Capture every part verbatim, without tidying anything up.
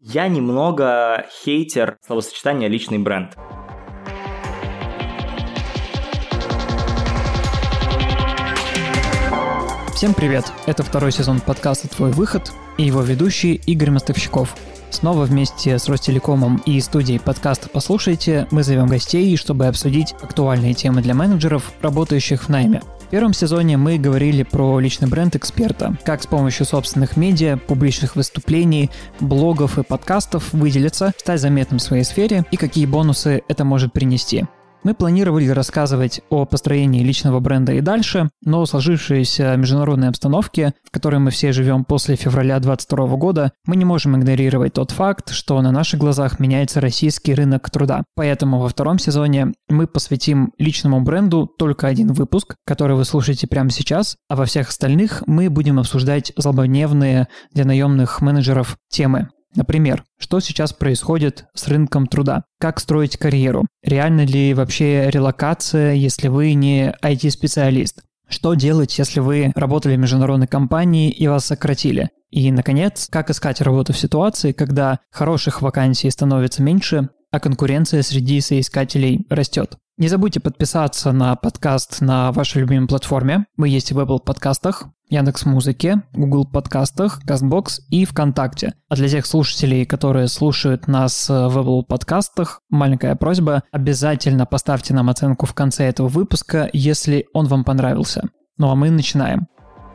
Я немного хейтер словосочетания «личный бренд». Всем привет! Это второй сезон подкаста «Твой выход» и его ведущий Игорь Мостовщиков. Снова вместе с Ростелекомом и студией подкаста «Послушайте» мы зовем гостей, чтобы обсудить актуальные темы для менеджеров, работающих в найме. В первом сезоне мы говорили про личный бренд эксперта, как с помощью собственных медиа, публичных выступлений, блогов и подкастов выделиться, стать заметным в своей сфере и какие бонусы это может принести. Мы планировали рассказывать о построении личного бренда и дальше, но в сложившейся международной обстановке, в которой мы все живем после февраля двадцать второго года, мы не можем игнорировать тот факт, что на наших глазах меняется российский рынок труда. Поэтому во втором сезоне мы посвятим личному бренду только один выпуск, который вы слушаете прямо сейчас, а во всех остальных мы будем обсуждать злободневные для наемных менеджеров темы. Например, что сейчас происходит с рынком труда? Как строить карьеру? Реально ли вообще релокация, если вы не ай ти-специалист? Что делать, если вы работали в международной компании и вас сократили? И, наконец, как искать работу в ситуации, когда хороших вакансий становится меньше, а конкуренция среди соискателей растет? Не забудьте подписаться на подкаст на вашей любимой платформе. Мы есть в Apple подкастах, Яндекс.Музыке, Google подкастах, Castbox и ВКонтакте. А для тех слушателей, которые слушают нас в Apple подкастах, маленькая просьба: обязательно поставьте нам оценку в конце этого выпуска, если он вам понравился. Ну а мы начинаем.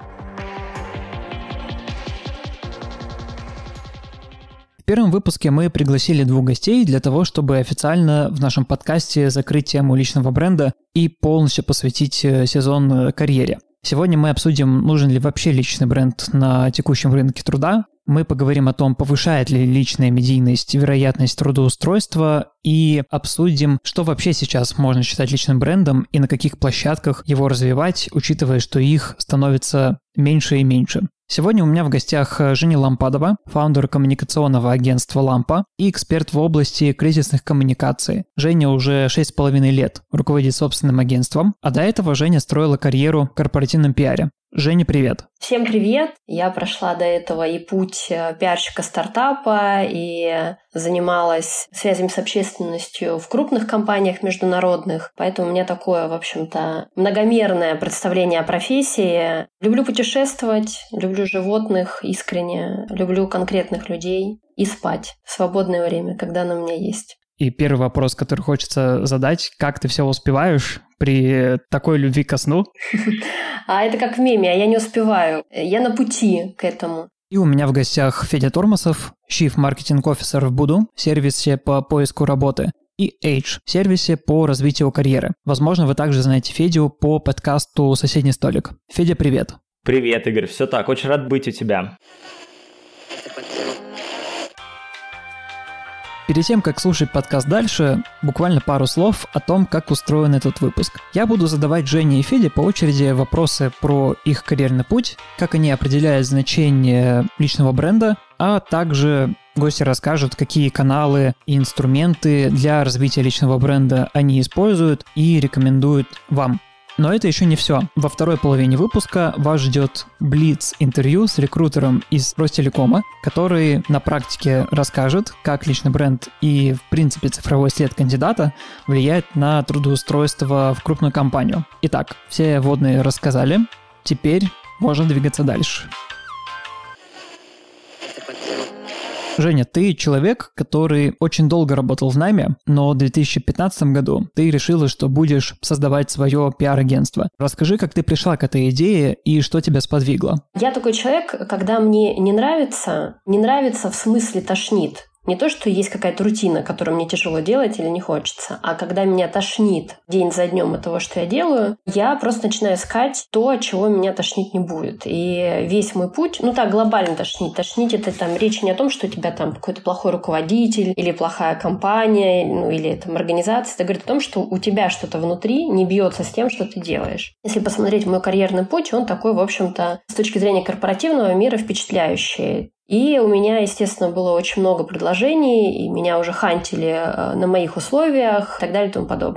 В первом выпуске мы пригласили двух гостей для того, чтобы официально в нашем подкасте закрыть тему личного бренда и полностью посвятить сезон карьере. Сегодня мы обсудим, нужен ли вообще личный бренд на текущем рынке труда. Мы поговорим о том, повышает ли личная медийность вероятность трудоустройства, и обсудим, что вообще сейчас можно считать личным брендом и на каких площадках его развивать, учитывая, что их становится меньше и меньше. Сегодня у меня в гостях Женя Лампадова, фаундер коммуникационного агентства «Лампа» и эксперт в области кризисных коммуникаций. Женя уже шесть с половиной лет руководит собственным агентством, а до этого Женя строила карьеру в корпоративном пиаре. Женя, привет. Всем привет. Я прошла до этого и путь пиарщика стартапа, и занималась связями с общественностью в крупных компаниях международных. Поэтому у меня такое, в общем-то, многомерное представление о профессии. Люблю путешествовать, люблю животных искренне, люблю конкретных людей и спать в свободное время, когда оно у меня есть. И первый вопрос, который хочется задать: как ты все успеваешь при такой любви ко сну? А это как в меме, а я не успеваю. Я на пути к этому. И у меня в гостях Федя Тормосов, Chief Marketing Officer в Буду, сервисе по поиску работы, и Age, сервисе по развитию карьеры. Возможно, вы также знаете Федю по подкасту «Соседний столик». Федя, привет. Привет, Игорь. Все так, очень рад быть у тебя. Перед тем, как слушать подкаст дальше, буквально пару слов о том, как устроен этот выпуск. Я буду задавать Жене и Феде по очереди вопросы про их карьерный путь, как они определяют значение личного бренда, а также гости расскажут, какие каналы и инструменты для развития личного бренда они используют и рекомендуют вам. Но это еще не все. Во второй половине выпуска вас ждет блиц-интервью с рекрутером из Ростелекома, который на практике расскажет, как личный бренд и, в принципе, цифровой след кандидата влияет на трудоустройство в крупную компанию. Итак, все вводные рассказали. Теперь можно двигаться дальше. Женя, ты человек, который очень долго работал в найме, но в две тысячи пятнадцатом году ты решила, что будешь создавать свое пиар-агентство. Расскажи, как ты пришла к этой идее и что тебя сподвигло. Я такой человек, когда мне не нравится, не нравится в смысле тошнит. Не то, что есть какая-то рутина, которую мне тяжело делать или не хочется, а когда меня тошнит день за днем от того, что я делаю, я просто начинаю искать то, от чего меня тошнить не будет. И весь мой путь, ну так, глобально тошнить. Тошнить — это там речь не о том, что у тебя там какой-то плохой руководитель или плохая компания, ну или там организация. Это говорит о том, что у тебя что-то внутри не бьется с тем, что ты делаешь. Если посмотреть мой карьерный путь, он такой, в общем-то, с точки зрения корпоративного мира впечатляющий. И у меня, естественно, было очень много предложений, и меня уже хантили на моих условиях и так далее и тому подобное.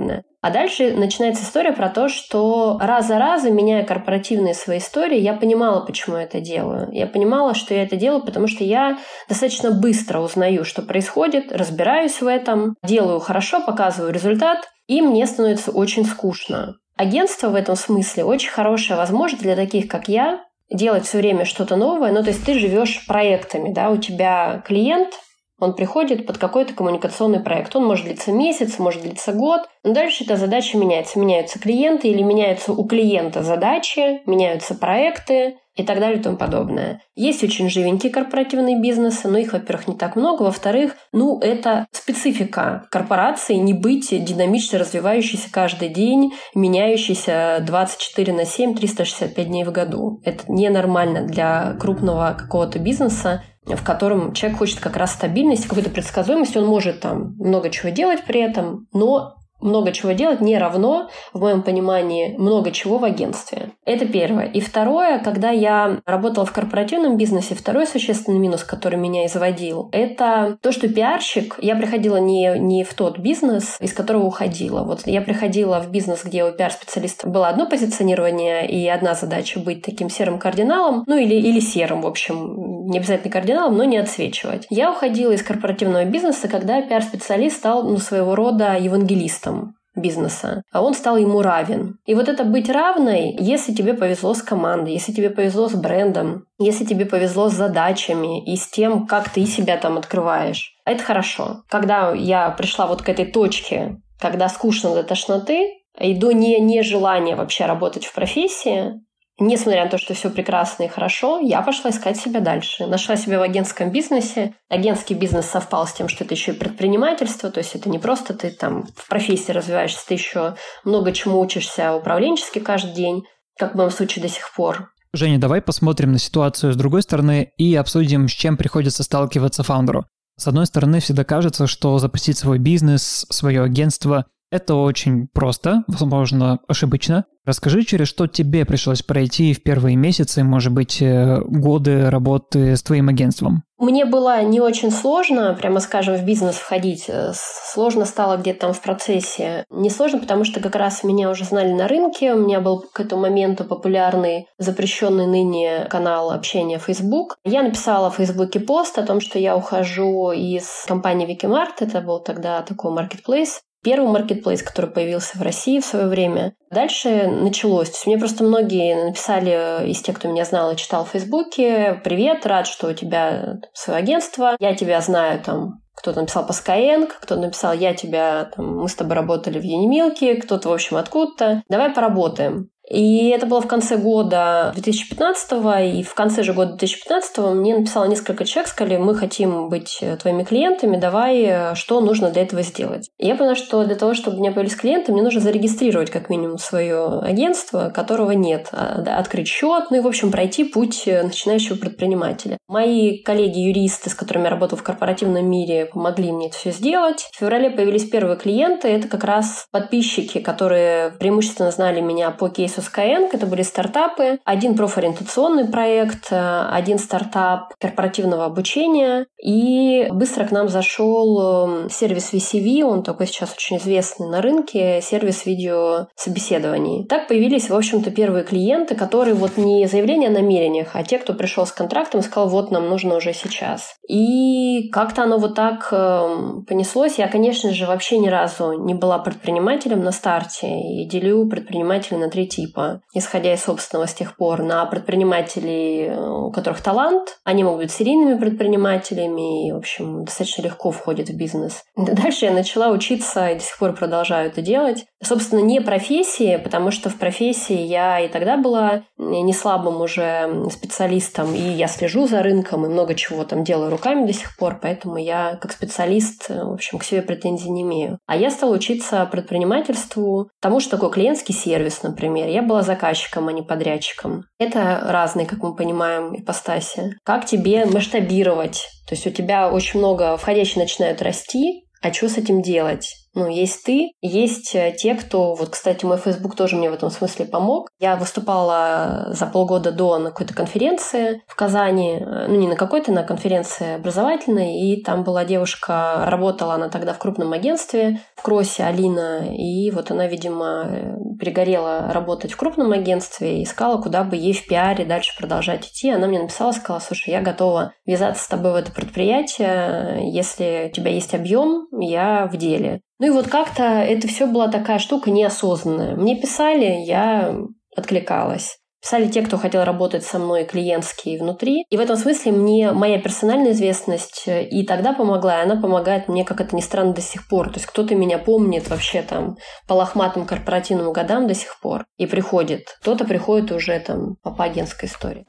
А дальше начинается история про то, что раз за разом, меняя корпоративные свои истории, я понимала, почему я это делаю. Я понимала, что я это делаю, потому что я достаточно быстро узнаю, что происходит, разбираюсь в этом, делаю хорошо, показываю результат, и мне становится очень скучно. Агентство в этом смысле очень хорошая возможность для таких, как я, делать все время что-то новое. Ну, то есть ты живешь проектами, да, у тебя клиент, он приходит под какой-то коммуникационный проект. Он может длиться месяц, может длиться год. Но дальше эта задача меняется. Меняются клиенты или меняются у клиента задачи, меняются проекты и так далее и тому подобное. Есть очень живенькие корпоративные бизнесы, но их, во-первых, не так много. Во-вторых, ну, это специфика корпорации не быть динамично развивающейся каждый день, меняющейся двадцать четыре на семь, триста шестьдесят пять дней в году. Это ненормально для крупного какого-то бизнеса, в котором человек хочет как раз стабильности, какой-то предсказуемости. Он может там много чего делать при этом, но много чего делать не равно, в моем понимании, много чего в агентстве. Это первое. И второе, когда я работала в корпоративном бизнесе, второй существенный минус, который меня изводил, это то, что пиарщик, я приходила не, не в тот бизнес, из которого уходила. Вот я приходила в бизнес, где у пиар-специалиста было одно позиционирование и одна задача быть таким серым кардиналом, ну или, или серым, в общем, не обязательно кардиналом, но не отсвечивать. Я уходила из корпоративного бизнеса, когда пиар-специалист стал, ну, своего рода евангелистом бизнеса, а он стал ему равен. И вот это быть равной, если тебе повезло с командой, если тебе повезло с брендом, если тебе повезло с задачами и с тем, как ты себя там открываешь, это хорошо. Когда я пришла вот к этой точке, когда скучно до тошноты и до не, нежелания вообще работать в профессии, несмотря на то, что все прекрасно и хорошо, я пошла искать себя дальше. Нашла себя в агентском бизнесе. Агентский бизнес совпал с тем, что это еще и предпринимательство. То есть это не просто ты там в профессии развиваешься, ты еще много чему учишься управленчески каждый день, как в моем случае до сих пор. Женя, давай посмотрим на ситуацию с другой стороны и обсудим, с чем приходится сталкиваться фаундеру. С одной стороны, всегда кажется, что запустить свой бизнес, свое агентство – это очень просто, возможно, ошибочно. Расскажи, через что тебе пришлось пройти в первые месяцы, может быть, годы работы с твоим агентством? Мне было не очень сложно, прямо скажем, в бизнес входить. Сложно стало где-то там в процессе. Не сложно, потому что как раз меня уже знали на рынке. У меня был к этому моменту популярный, запрещенный ныне канал общения Facebook. Я написала в Фейсбуке пост о том, что я ухожу из компании Викимарт. Это был тогда такой маркетплейс. Первый маркетплейс, который появился в России в свое время. Дальше началось. То есть мне просто многие написали из тех, кто меня знал и читал в Фейсбуке: «Привет, рад, что у тебя свое агентство. Я тебя знаю там». Кто-то написал по Skyeng, кто-то написал: «Я тебя, там, мы с тобой работали в Юнимилке», кто-то, в общем, откуда-то. «Давай поработаем». И это было в конце года две тысячи пятнадцатого, и в конце же года две тысячи пятнадцатого мне написало несколько человек, сказали: «Мы хотим быть твоими клиентами, давай, что нужно для этого сделать». И я поняла, что для того, чтобы у меня появились клиенты, мне нужно зарегистрировать как минимум свое агентство, которого нет, открыть счет, ну и, в общем, пройти путь начинающего предпринимателя. Мои коллеги-юристы, с которыми я работала в корпоративном мире, помогли мне это все сделать. В феврале появились первые клиенты, это как раз подписчики, которые преимущественно знали меня по кейсу Skyeng. Это были стартапы. Один профориентационный проект, один стартап корпоративного обучения. И быстро к нам зашел сервис ви си ви, он такой сейчас очень известный на рынке, сервис видеособеседований. Так появились, в общем-то, первые клиенты, которые вот не заявления о намерениях, а те, кто пришел с контрактом и сказал: вот нам нужно уже сейчас. И как-то оно вот так понеслось. Я, конечно же, вообще ни разу не была предпринимателем на старте и делю предпринимателей на три типа, исходя из собственного с тех пор, на предпринимателей, у которых талант, они могут быть серийными предпринимателями и, в общем, достаточно легко входят в бизнес. Дальше я начала учиться и до сих пор продолжаю это делать. Собственно, не профессии, потому что в профессии я и тогда была не слабым уже специалистом, и я слежу за рынком, и много чего там делаю руками до сих пор, поэтому я как специалист, в общем, к себе претензий не имею. А я стала учиться предпринимательству, тому, что такое клиентский сервис, например. Я была заказчиком, а не подрядчиком. Это разные, как мы понимаем, ипостаси. Как тебе масштабировать? То есть у тебя очень много входящие начинают расти, а что с этим делать? Ну, есть ты, есть те, кто... Вот, кстати, мой Facebook тоже мне в этом смысле помог. Я выступала за полгода до на какой-то конференции в Казани. Ну, не на какой-то, на конференции образовательной. И там была девушка, работала она тогда в крупном агентстве в Кроссе, Алина. И вот она, видимо, перегорела работать в крупном агентстве и искала, куда бы ей в пиаре дальше продолжать идти. Она мне написала, сказала: слушай, я готова ввязаться с тобой в это предприятие. Если у тебя есть объем, я в деле. Ну и вот как-то это все была такая штука неосознанная. Мне писали, я откликалась. Писали те, кто хотел работать со мной клиентские внутри. И в этом смысле мне моя персональная известность и тогда помогла, и она помогает мне, как это ни странно, до сих пор. То есть кто-то меня помнит вообще там по лохматым корпоративным годам до сих пор и приходит. Кто-то приходит уже там по агентской истории.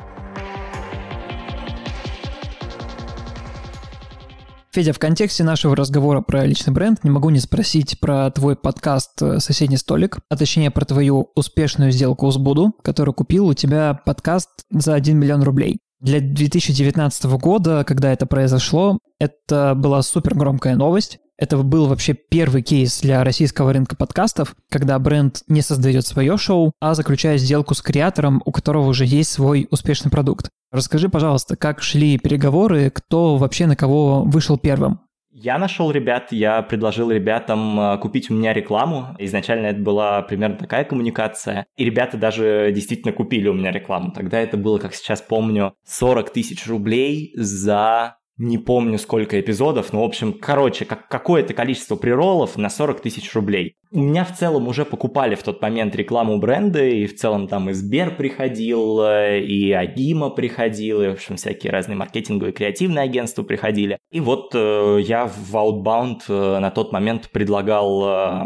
Федя, в контексте нашего разговора про личный бренд не могу не спросить про твой подкаст «Соседний столик», а точнее про твою успешную сделку с Буду, который купил у тебя подкаст за один миллион рублей. Для две тысячи девятнадцатого года, когда это произошло, это была супер громкая новость. Это был вообще первый кейс для российского рынка подкастов, когда бренд не создает свое шоу, а заключает сделку с креатором, у которого уже есть свой успешный продукт. Расскажи, пожалуйста, как шли переговоры, кто вообще на кого вышел первым? Я нашел ребят, я предложил ребятам купить у меня рекламу. Изначально это была примерно такая коммуникация. И ребята даже действительно купили у меня рекламу. Тогда это было, как сейчас помню, сорок тысяч рублей за... Не помню, сколько эпизодов, но, в общем, короче, как, какое-то количество прероллов на сорок тысяч рублей. У меня в целом уже покупали в тот момент рекламу бренда, и в целом там и Сбер приходил, и Агима приходил, и, в общем, всякие разные маркетинговые, креативные агентства приходили. И вот э, я в Outbound э, на тот момент предлагал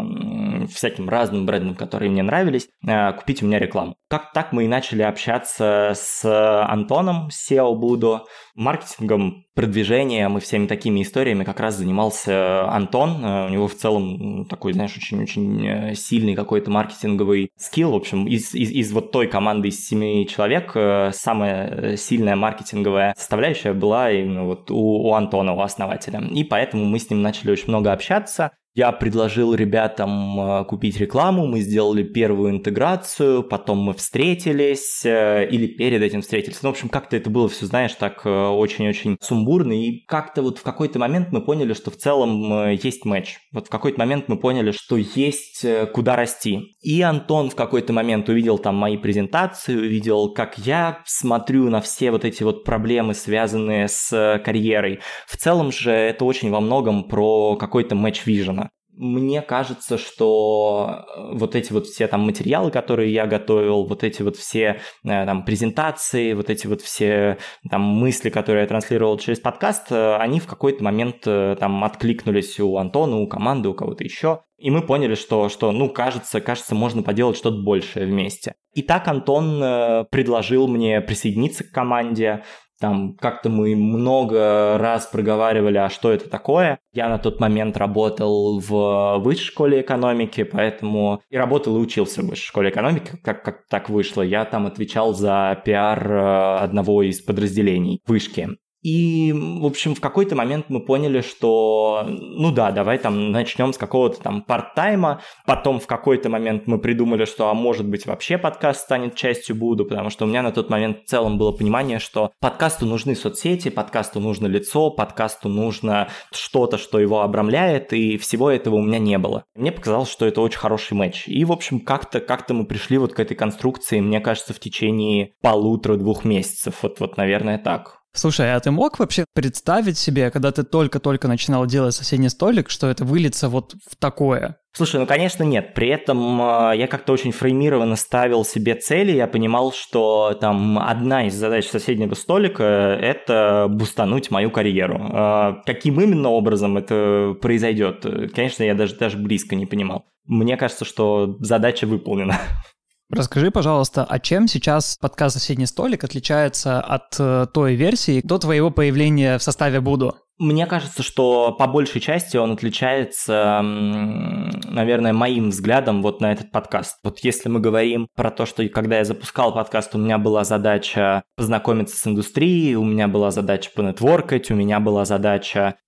э, всяким разным брендам, которые мне нравились, э, купить у меня рекламу. Как так мы и начали общаться с Антоном, с сео Budo, маркетингом, продвижением и всеми такими историями как раз занимался Антон. У него в целом такой, знаешь, очень-очень сильный какой-то маркетинговый скилл. В общем, из, из, из вот той команды из семи человек самая сильная маркетинговая составляющая была именно вот у, у Антона, у основателя. И поэтому мы с ним начали очень много общаться. Я предложил ребятам купить рекламу, мы сделали первую интеграцию, потом мы встретились, или перед этим встретились. Ну, в общем, как-то это было все, знаешь, так очень-очень сумбурно, и как-то вот в какой-то момент мы поняли, что в целом есть матч. Вот в какой-то момент мы поняли, что есть куда расти. И Антон в какой-то момент увидел там мои презентации, увидел, как я смотрю на все вот эти вот проблемы, связанные с карьерой. В целом же это очень во многом про какой-то матч-вижен. Мне кажется, что вот эти вот все там материалы, которые я готовил, вот эти вот все там презентации, вот эти вот все там мысли, которые я транслировал через подкаст, они в какой-то момент там откликнулись у Антона, у команды, у кого-то еще. И мы поняли, что, что ну, кажется, кажется, можно поделать что-то большее вместе. И так Антон предложил мне присоединиться к команде. Там как-то мы много раз проговаривали, а что это такое. Я на тот момент работал в высшей школе экономики, поэтому и работал, и учился в высшей школе экономики, как, как так вышло. Я там отвечал за пиар одного из подразделений вышки. И, в общем, в какой-то момент мы поняли, что, ну да, давай там начнем с какого-то там парт-тайма. Потом в какой-то момент мы придумали, что, а может быть, вообще подкаст станет частью Буду, потому что у меня на тот момент в целом было понимание, что подкасту нужны соцсети, подкасту нужно лицо, подкасту нужно что-то, что его обрамляет, и всего этого у меня не было. Мне показалось, что это очень хороший матч. И, в общем, как-то, как-то мы пришли вот к этой конструкции, мне кажется, в течение полутора-двух месяцев. Вот, вот, наверное, так. Слушай, а ты мог вообще представить себе, когда ты только-только начинал делать соседний столик, что это выльется вот в такое? Слушай, ну, конечно, нет. При этом э, я как-то очень фреймированно ставил себе цели. Я понимал, что там одна из задач соседнего столика – это бустануть мою карьеру. Э, каким именно образом это произойдет, конечно, я даже, даже близко не понимал. Мне кажется, что задача выполнена. Расскажи, пожалуйста, а чем сейчас подкаст «Соседний столик» отличается от э, той версии до твоего появления в составе Буду? Мне кажется, что по большей части он отличается, наверное, моим взглядом вот на этот подкаст. Вот если мы говорим про то, что когда я запускал подкаст, у меня была задача познакомиться с индустрией, у меня была задача понетворкать, у меня была задача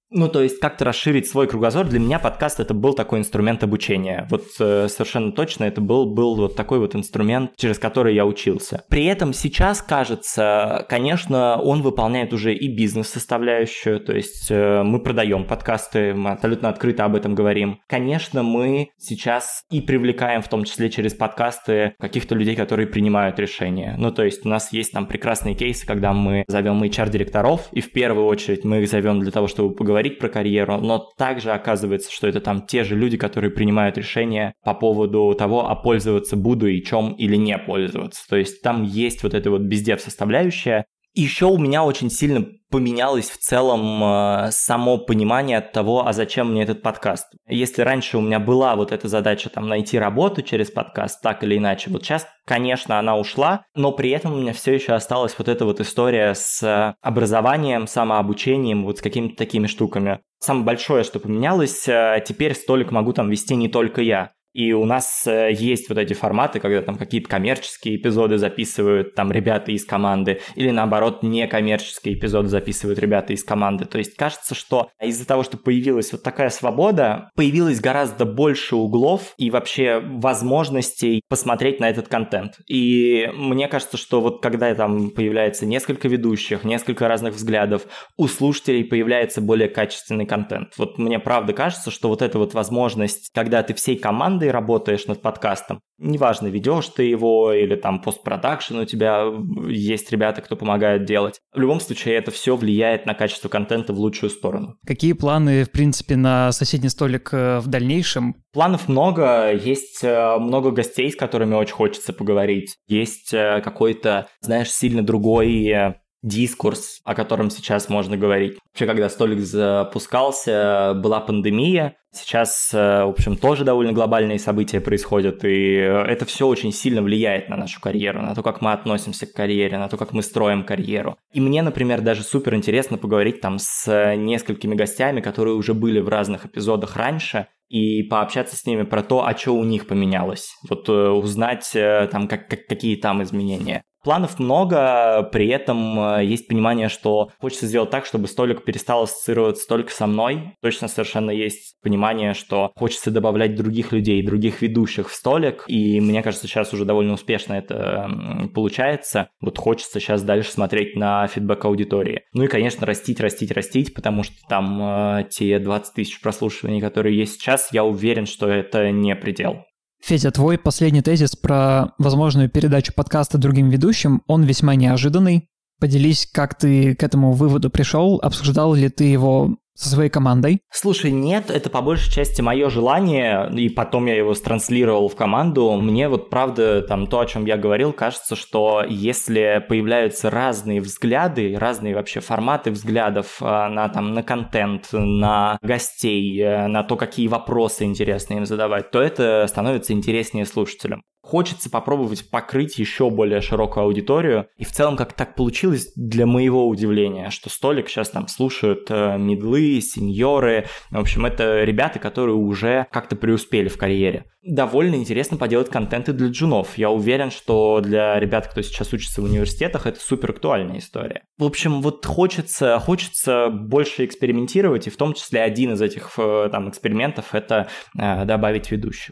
Ну, то есть как-то расширить свой кругозор. Для меня подкаст — это был такой инструмент обучения. Вот э, совершенно точно это был, был вот такой вот инструмент, через который я учился. При этом сейчас, кажется, конечно, он выполняет уже и бизнес-составляющую, то есть э, мы продаем подкасты, мы абсолютно открыто об этом говорим. Конечно, мы сейчас и привлекаем, в том числе через подкасты, каких-то людей, которые принимают решения. Ну, то есть у нас есть там прекрасные кейсы, когда мы зовем эйч ар-директоров, и в первую очередь мы их зовем для того, чтобы поговорить говорить про карьеру, но также оказывается, что это там те же люди, которые принимают решения по поводу того, а пользоваться буду и чем или не пользоваться. То есть там есть вот эта вот бездев составляющая. Еще у меня очень сильно поменялось в целом э, само понимание того, а зачем мне этот подкаст. Если раньше у меня была вот эта задача там найти работу через подкаст, так или иначе, вот сейчас, конечно, она ушла, но при этом у меня все еще осталась вот эта вот история с образованием, самообучением, вот с какими-то такими штуками. Самое большое, что поменялось, э, теперь столик могу там вести не только я. И у нас э, есть вот эти форматы, когда там какие-то коммерческие эпизоды записывают там ребята из команды, или наоборот некоммерческие эпизоды записывают ребята из команды. То есть кажется, что из-за того, что появилась вот такая свобода, появилось гораздо больше углов и вообще возможностей посмотреть на этот контент. И мне кажется, что вот когда там появляется несколько ведущих, несколько разных взглядов, у слушателей появляется более качественный контент. Вот мне правда кажется, что вот эта вот возможность, когда ты всей командой работаешь над подкастом, неважно, ведешь ты его или там постпродакшн у тебя есть ребята, кто помогает делать. В любом случае, это все влияет на качество контента в лучшую сторону. Какие планы, в принципе, на соседний столик в дальнейшем? Планов много, есть много гостей, с которыми очень хочется поговорить. Есть какой-то, знаешь, сильно другой дискурс, о котором сейчас можно говорить. Вообще, когда столик запускался, была пандемия. Сейчас, в общем, тоже довольно глобальные события происходят, и это все очень сильно влияет на нашу карьеру, на то, как мы относимся к карьере, на то, как мы строим карьеру. И мне, например, даже супер интересно поговорить там с несколькими гостями, которые уже были в разных эпизодах раньше, и пообщаться с ними про то, а что у них поменялось. Вот узнать, там, как, как, какие там изменения. Планов много, при этом есть понимание, что хочется сделать так, чтобы столик перестал ассоциироваться только со мной. Точно совершенно есть понимание, что хочется добавлять других людей, других ведущих в столик, и мне кажется, сейчас уже довольно успешно это получается. Вот хочется сейчас дальше смотреть на фидбэк аудитории. Ну и, конечно, растить, растить, растить, потому что там э, те двадцать тысяч прослушиваний, которые есть сейчас, я уверен, что это не предел. Федя, твой последний тезис про возможную передачу подкаста другим ведущим, он весьма неожиданный. Поделись, как ты к этому выводу пришел, обсуждал ли ты его со своей командой? Слушай, нет, это по большей части мое желание, и потом я его странслировал в команду. Мне вот правда, там, то, о чем я говорил, кажется, что если появляются разные взгляды, разные вообще форматы взглядов на, там, на контент, на гостей, на то, какие вопросы интересно им задавать, то это становится интереснее слушателям. Хочется попробовать покрыть еще более широкую аудиторию. И в целом, как так получилось, для моего удивления, что столик сейчас там слушают э, мидлы, сеньоры. В общем, это ребята, которые уже как-то преуспели в карьере. Довольно интересно поделать контенты для джунов. Я уверен, что для ребят, кто сейчас учится в университетах, это супер актуальная история. В общем, вот хочется, хочется больше экспериментировать, и в том числе один из этих э, там, экспериментов – это э, добавить ведущих.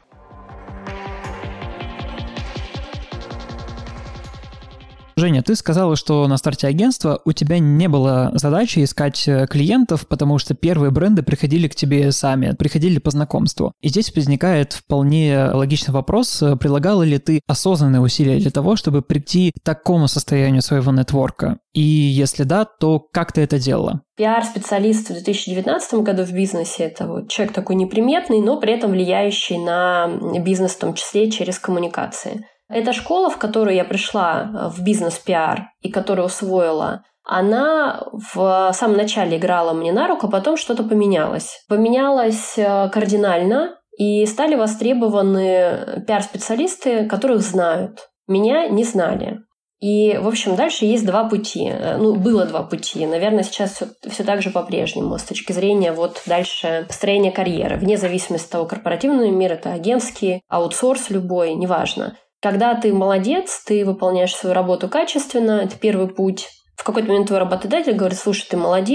Женя, ты сказала, что на старте агентства у тебя не было задачи искать клиентов, потому что первые бренды приходили к тебе сами, приходили по знакомству. И здесь возникает вполне логичный вопрос, прилагала ли ты осознанные усилия для того, чтобы прийти к такому состоянию своего нетворка? И если да, то как ты это делала? Пиар-специалист в две тысячи девятнадцатом году в бизнесе – это вот человек такой неприметный, но при этом влияющий на бизнес, в том числе через коммуникации. Эта школа, в которую я пришла в бизнес-пиар и которую усвоила, она в самом начале играла мне на руку, а потом что-то поменялось. Поменялось кардинально, и стали востребованы пиар-специалисты, которых знают. Меня не знали. И, в общем, дальше есть два пути. Ну, было два пути. Наверное, сейчас все, все так же по-прежнему с точки зрения вот дальше построения карьеры. Вне зависимости от того, корпоративный мир, это агентский, аутсорс любой, неважно. Когда ты молодец, ты выполняешь свою работу качественно, это первый путь. В какой-то момент твой работодатель говорит: слушай, ты молодец,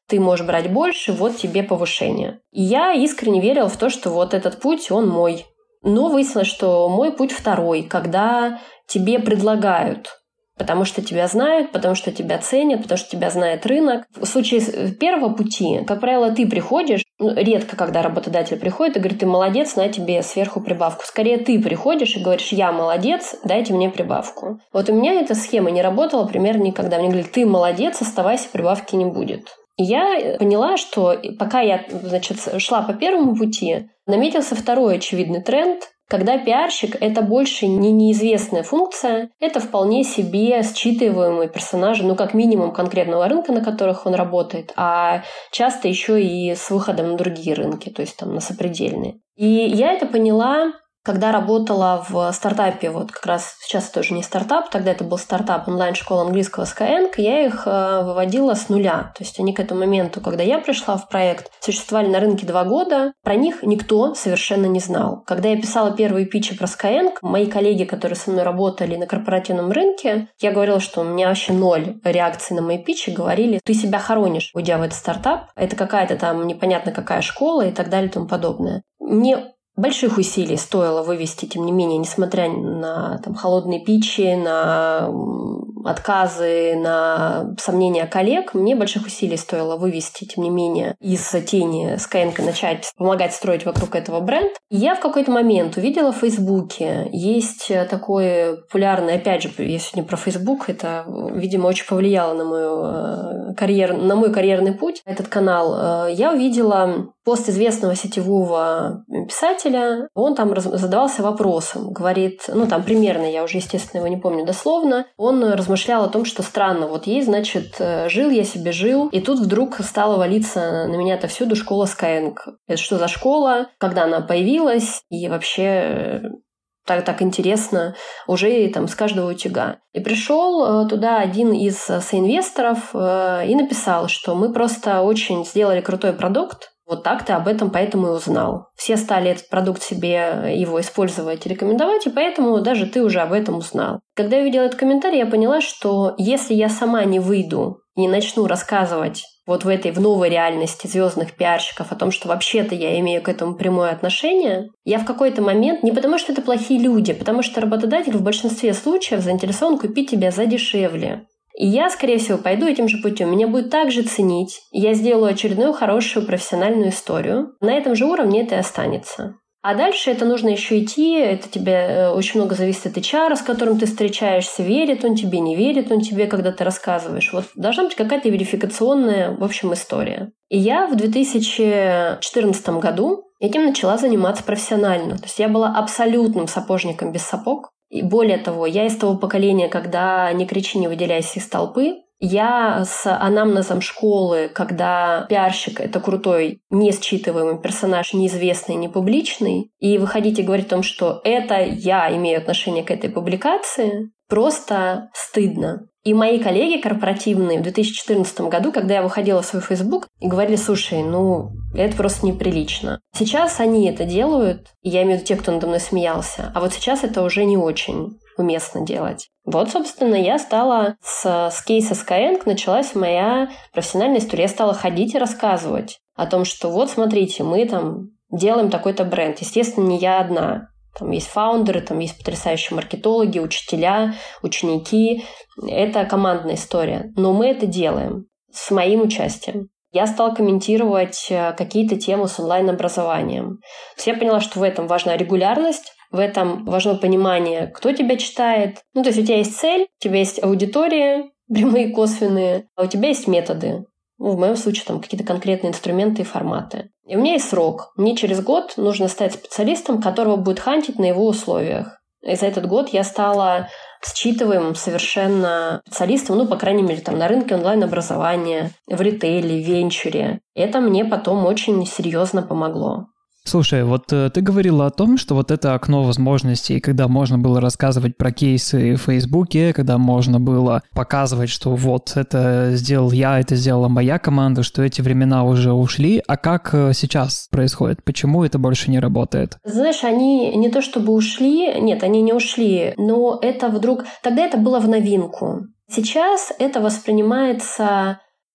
ты можешь брать больше, вот тебе повышение. И я искренне верила в то, что вот этот путь, он мой. Но выяснилось, что мой путь второй, когда тебе предлагают, потому что тебя знают, потому что тебя ценят, потому что тебя знает рынок. В случае первого пути, как правило, ты приходишь, ну, редко, когда работодатель приходит и говорит, ты молодец, на тебе сверху прибавку. Скорее, ты приходишь и говоришь, я молодец, дайте мне прибавку. Вот у меня эта схема не работала примерно никогда. Мне говорили, ты молодец, оставайся, прибавки не будет. И я поняла, что пока я, значит, шла по первому пути, наметился второй очевидный тренд, когда пиарщик — это больше не неизвестная функция, это вполне себе считываемый персонаж, ну, как минимум конкретного рынка, на которых он работает, а часто еще и с выходом на другие рынки, то есть там на сопредельные. И я это поняла, когда работала в стартапе, вот как раз сейчас это уже не стартап, тогда это был стартап, онлайн-школа английского Skyeng, я их выводила с нуля. То есть они к этому моменту, когда я пришла в проект, существовали на рынке два года, про них никто совершенно не знал. Когда я писала первые питчи про Skyeng, мои коллеги, которые со мной работали на корпоративном рынке, я говорила, что у меня вообще ноль реакций на мои питчи, говорили, ты себя хоронишь, уйдя в этот стартап, это какая-то там непонятно какая школа и так далее и тому подобное. Мне больших усилий стоило вывести, тем не менее, несмотря на там, холодные питчи, на отказы, на сомнения коллег, мне больших усилий стоило вывести, тем не менее, из тени Skyeng и начать помогать строить вокруг этого бренд. И я в какой-то момент увидела в Фейсбуке, есть такой популярный, опять же, я сегодня про Фейсбук, это, видимо, очень повлияло на, мою карьер, на мой карьерный путь, этот канал. Я увидела пост известного сетевого писателя, он там задавался вопросом, говорит, ну там примерно, я уже, естественно, его не помню дословно, он размышлял о том, что странно, вот есть, значит, жил я себе, жил, и тут вдруг стала валиться на меня отовсюду школа Skyeng. Это что за школа, когда она появилась, и вообще так, так интересно уже там с каждого утюга. И пришел туда один из соинвесторов и написал, что мы просто очень сделали крутой продукт, вот так ты об этом поэтому и узнал. Все стали этот продукт себе его использовать и рекомендовать, и поэтому даже ты уже об этом узнал. Когда я увидела этот комментарий, я поняла, что если я сама не выйду и не начну рассказывать вот в этой в новой реальности звездных пиарщиков о том, что вообще-то я имею к этому прямое отношение, я в какой-то момент, не потому что это плохие люди, потому что работодатель в большинстве случаев заинтересован купить тебя за дешевле. И я, скорее всего, пойду этим же путем. Меня будет также ценить. Я сделаю очередную хорошую профессиональную историю. На этом же уровне это и останется. А дальше это нужно еще идти. Это тебе очень много зависит от эйч ар, с которым ты встречаешься. Верит он тебе, не верит он тебе, когда ты рассказываешь. Вот должна быть какая-то верификационная, в общем, история. И я в две тысячи четырнадцатом году этим начала заниматься профессионально. То есть я была абсолютным сапожником без сапог. И более того, я из того поколения, когда «не кричи, не выделяйся из толпы». Я с анамнезом школы, когда пиарщик — это крутой, несчитываемый персонаж, неизвестный, не публичный, и выходить и говорить о том, что это я имею отношение к этой публикации, просто стыдно. И мои коллеги корпоративные в две тысячи четырнадцатом году, когда я выходила в свой Facebook, и говорили, слушай, ну, это просто неприлично. Сейчас они это делают, и я имею в виду те, кто надо мной смеялся, а вот сейчас это уже не очень уместно делать. Вот, собственно, я стала с, с кейса Skyeng, началась моя профессиональная история. Я стала ходить и рассказывать о том, что вот, смотрите, мы там делаем такой-то бренд. Естественно, не я одна. Там есть фаундеры, там есть потрясающие маркетологи, учителя, ученики. Это командная история. Но мы это делаем с моим участием. Я стала комментировать какие-то темы с онлайн-образованием. То есть я поняла, что в этом важна регулярность, в этом важно понимание, кто тебя читает. Ну, то есть у тебя есть цель, у тебя есть аудитория, прямые и косвенные, а у тебя есть методы. Ну, в моем случае там какие-то конкретные инструменты и форматы. И у меня есть срок. Мне через год нужно стать специалистом, которого будет хантить на его условиях. И за этот год я стала считываемым совершенно специалистом, ну, по крайней мере, там, на рынке онлайн-образования, в ритейле, в венчуре. Это мне потом очень серьезно помогло. Слушай, вот э, ты говорила о том, что вот это окно возможностей, когда можно было рассказывать про кейсы в Фейсбуке, когда можно было показывать, что вот это сделал я, это сделала моя команда, что эти времена уже ушли. А как сейчас происходит? Почему это больше не работает? Знаешь, они не то чтобы ушли, нет, они не ушли, но это вдруг... Тогда это было в новинку. Сейчас это воспринимается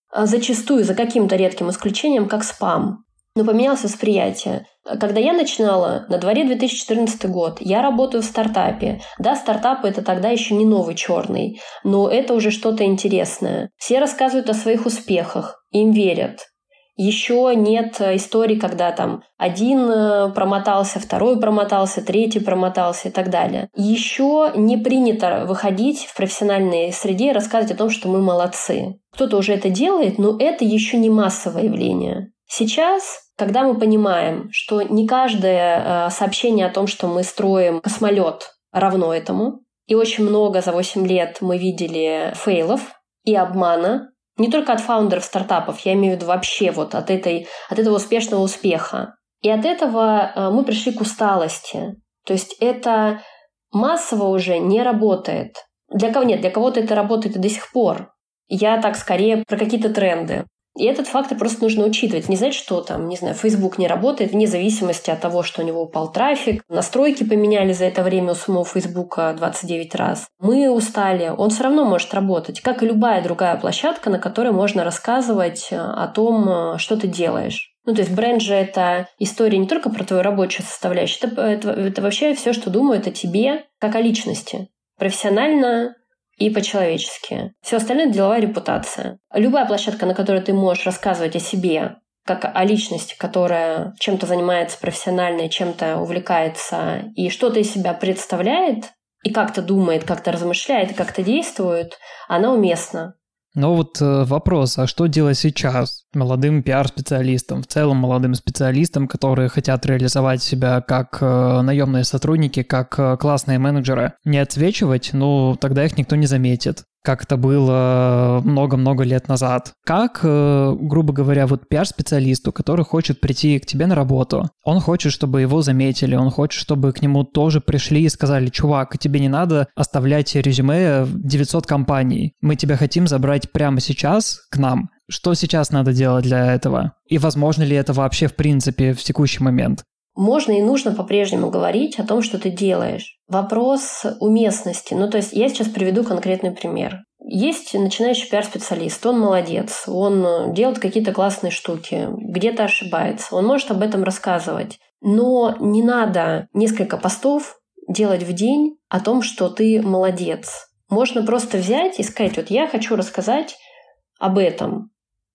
зачастую, за каким-то редким исключением, как спам. Но поменялось восприятие. Когда я начинала, на дворе две тысячи четырнадцатый год, я работаю в стартапе. Да, стартап – это тогда еще не новый черный, но это уже что-то интересное. Все рассказывают о своих успехах, им верят. Еще нет истории, когда там один промотался, второй промотался, третий промотался и так далее. Еще не принято выходить в профессиональной среде и рассказывать о том, что мы молодцы. Кто-то уже это делает, но это еще не массовое явление. Сейчас, когда мы понимаем, что не каждое сообщение о том, что мы строим космолет, равно этому, и очень много за восемь лет мы видели фейлов и обмана, не только от фаундеров стартапов, я имею в виду вообще вот от, этой, от этого успешного успеха. И от этого мы пришли к усталости. То есть это массово уже не работает. Для кого нет, для кого-то это работает и до сих пор. Я так скорее про какие-то тренды. И этот фактор просто нужно учитывать. Не знать, что там, не знаю, Facebook не работает вне зависимости от того, что у него упал трафик. Настройки поменяли за это время у самого Facebook двадцать девять раз. Мы устали. Он все равно может работать, как и любая другая площадка, на которой можно рассказывать о том, что ты делаешь. Ну, то есть бренд же это история не только про твою рабочую составляющую. Это, это, это вообще все, что думают о тебе как о личности. Профессионально и по-человечески. Все остальное – деловая репутация. Любая площадка, на которой ты можешь рассказывать о себе, как о личности, которая чем-то занимается профессионально, чем-то увлекается, и что-то из себя представляет, и как-то думает, как-то размышляет, и как-то действует, она уместна. Но вот вопрос, а что делать сейчас молодым пиар-специалистам, в целом молодым специалистам, которые хотят реализовать себя как наемные сотрудники, как классные менеджеры? Не отсвечивать? Ну, тогда их никто не заметит, как это было много-много лет назад. Как, грубо говоря, вот пиар-специалисту, который хочет прийти к тебе на работу, он хочет, чтобы его заметили, он хочет, чтобы к нему тоже пришли и сказали: чувак, тебе не надо оставлять резюме в девятьсот компаний, мы тебя хотим забрать прямо сейчас к нам. Что сейчас надо делать для этого? И возможно ли это вообще в принципе в текущий момент? Можно и нужно по-прежнему говорить о том, что ты делаешь. Вопрос уместности. Ну, то есть я сейчас приведу конкретный пример. Есть начинающий пиар-специалист, он молодец, он делает какие-то классные штуки, где-то ошибается, он может об этом рассказывать. Но не надо несколько постов делать в день о том, что ты молодец. Можно просто взять и сказать: вот я хочу рассказать об этом.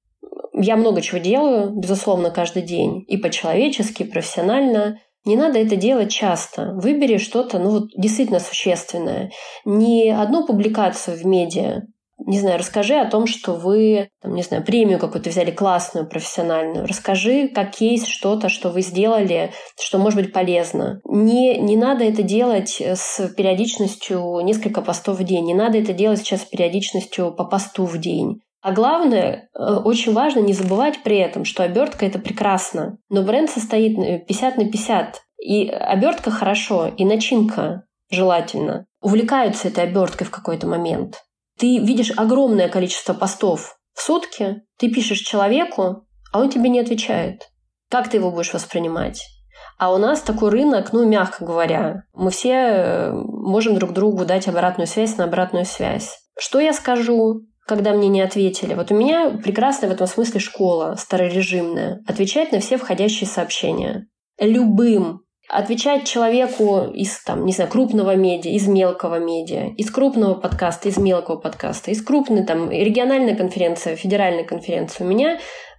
Я много чего делаю, безусловно, каждый день. И по-человечески, и профессионально. Не надо это делать часто. Выбери что-то, ну, вот, действительно существенное. Не одну публикацию в медиа. Не знаю, расскажи о том, что вы, там, не знаю, премию какую-то взяли классную, профессиональную. Расскажи как кейс что-то, что вы сделали, что может быть полезно. Не, не надо это делать с периодичностью несколько постов в день. Не надо это делать сейчас с периодичностью по посту в день. А главное, очень важно не забывать при этом, что обертка – это прекрасно, но бренд состоит пятьдесят на пятьдесят. И обертка хорошо, и начинка желательно. Увлекаются этой оберткой в какой-то момент. Ты видишь огромное количество постов в сутки, ты пишешь человеку, а он тебе не отвечает. Как ты его будешь воспринимать? А у нас такой рынок, ну, мягко говоря, мы все можем друг другу дать обратную связь на обратную связь. Что я скажу, когда мне не ответили? Вот у меня прекрасная в этом смысле школа, старорежимная. Отвечать на все входящие сообщения. Любым. Отвечать человеку из, там, не знаю, крупного медиа, из мелкого медиа, из крупного подкаста, из мелкого подкаста, из крупной, там, региональной конференции, федеральной конференции. У меня,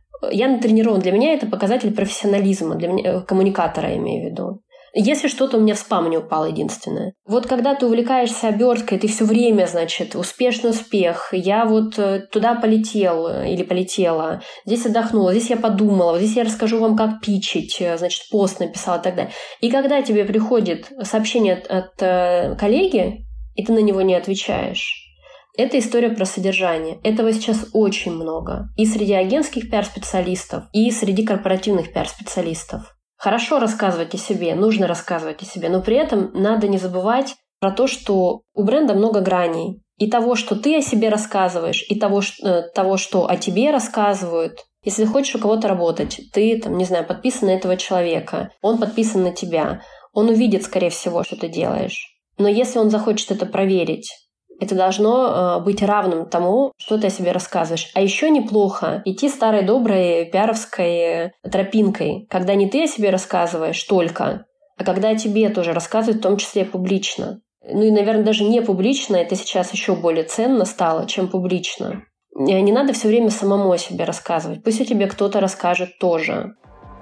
я натренирован, для меня это показатель профессионализма, для меня, коммуникатора, я имею в виду. Если что-то у меня в спам не упало, единственное. Вот когда ты увлекаешься оберткой, ты все время, значит, успешный успех, я вот туда полетел или полетела, здесь отдохнула, здесь я подумала, вот здесь я расскажу вам, как питчить, значит, пост написала и так далее. И когда тебе приходит сообщение от, от коллеги, и ты на него не отвечаешь, это история про содержание. Этого сейчас очень много. И среди агентских пиар-специалистов, и среди корпоративных пиар-специалистов. Хорошо рассказывать о себе, нужно рассказывать о себе, но при этом надо не забывать про то, что у бренда много граней. И того, что ты о себе рассказываешь, и того, того что о тебе рассказывают. Если ты хочешь у кого-то работать, ты, там, не знаю, подписан на этого человека, он подписан на тебя, он увидит, скорее всего, что ты делаешь. Но если он захочет это проверить, Это должно э, быть равным тому, что ты о себе рассказываешь. А еще неплохо идти старой доброй пиаровской тропинкой, когда не ты о себе рассказываешь только, а когда о тебе тоже рассказывают, в том числе публично. Ну и, наверное, даже не публично, это сейчас еще более ценно стало, чем публично. Не надо все время самому о себе рассказывать. Пусть о тебе кто-то расскажет тоже.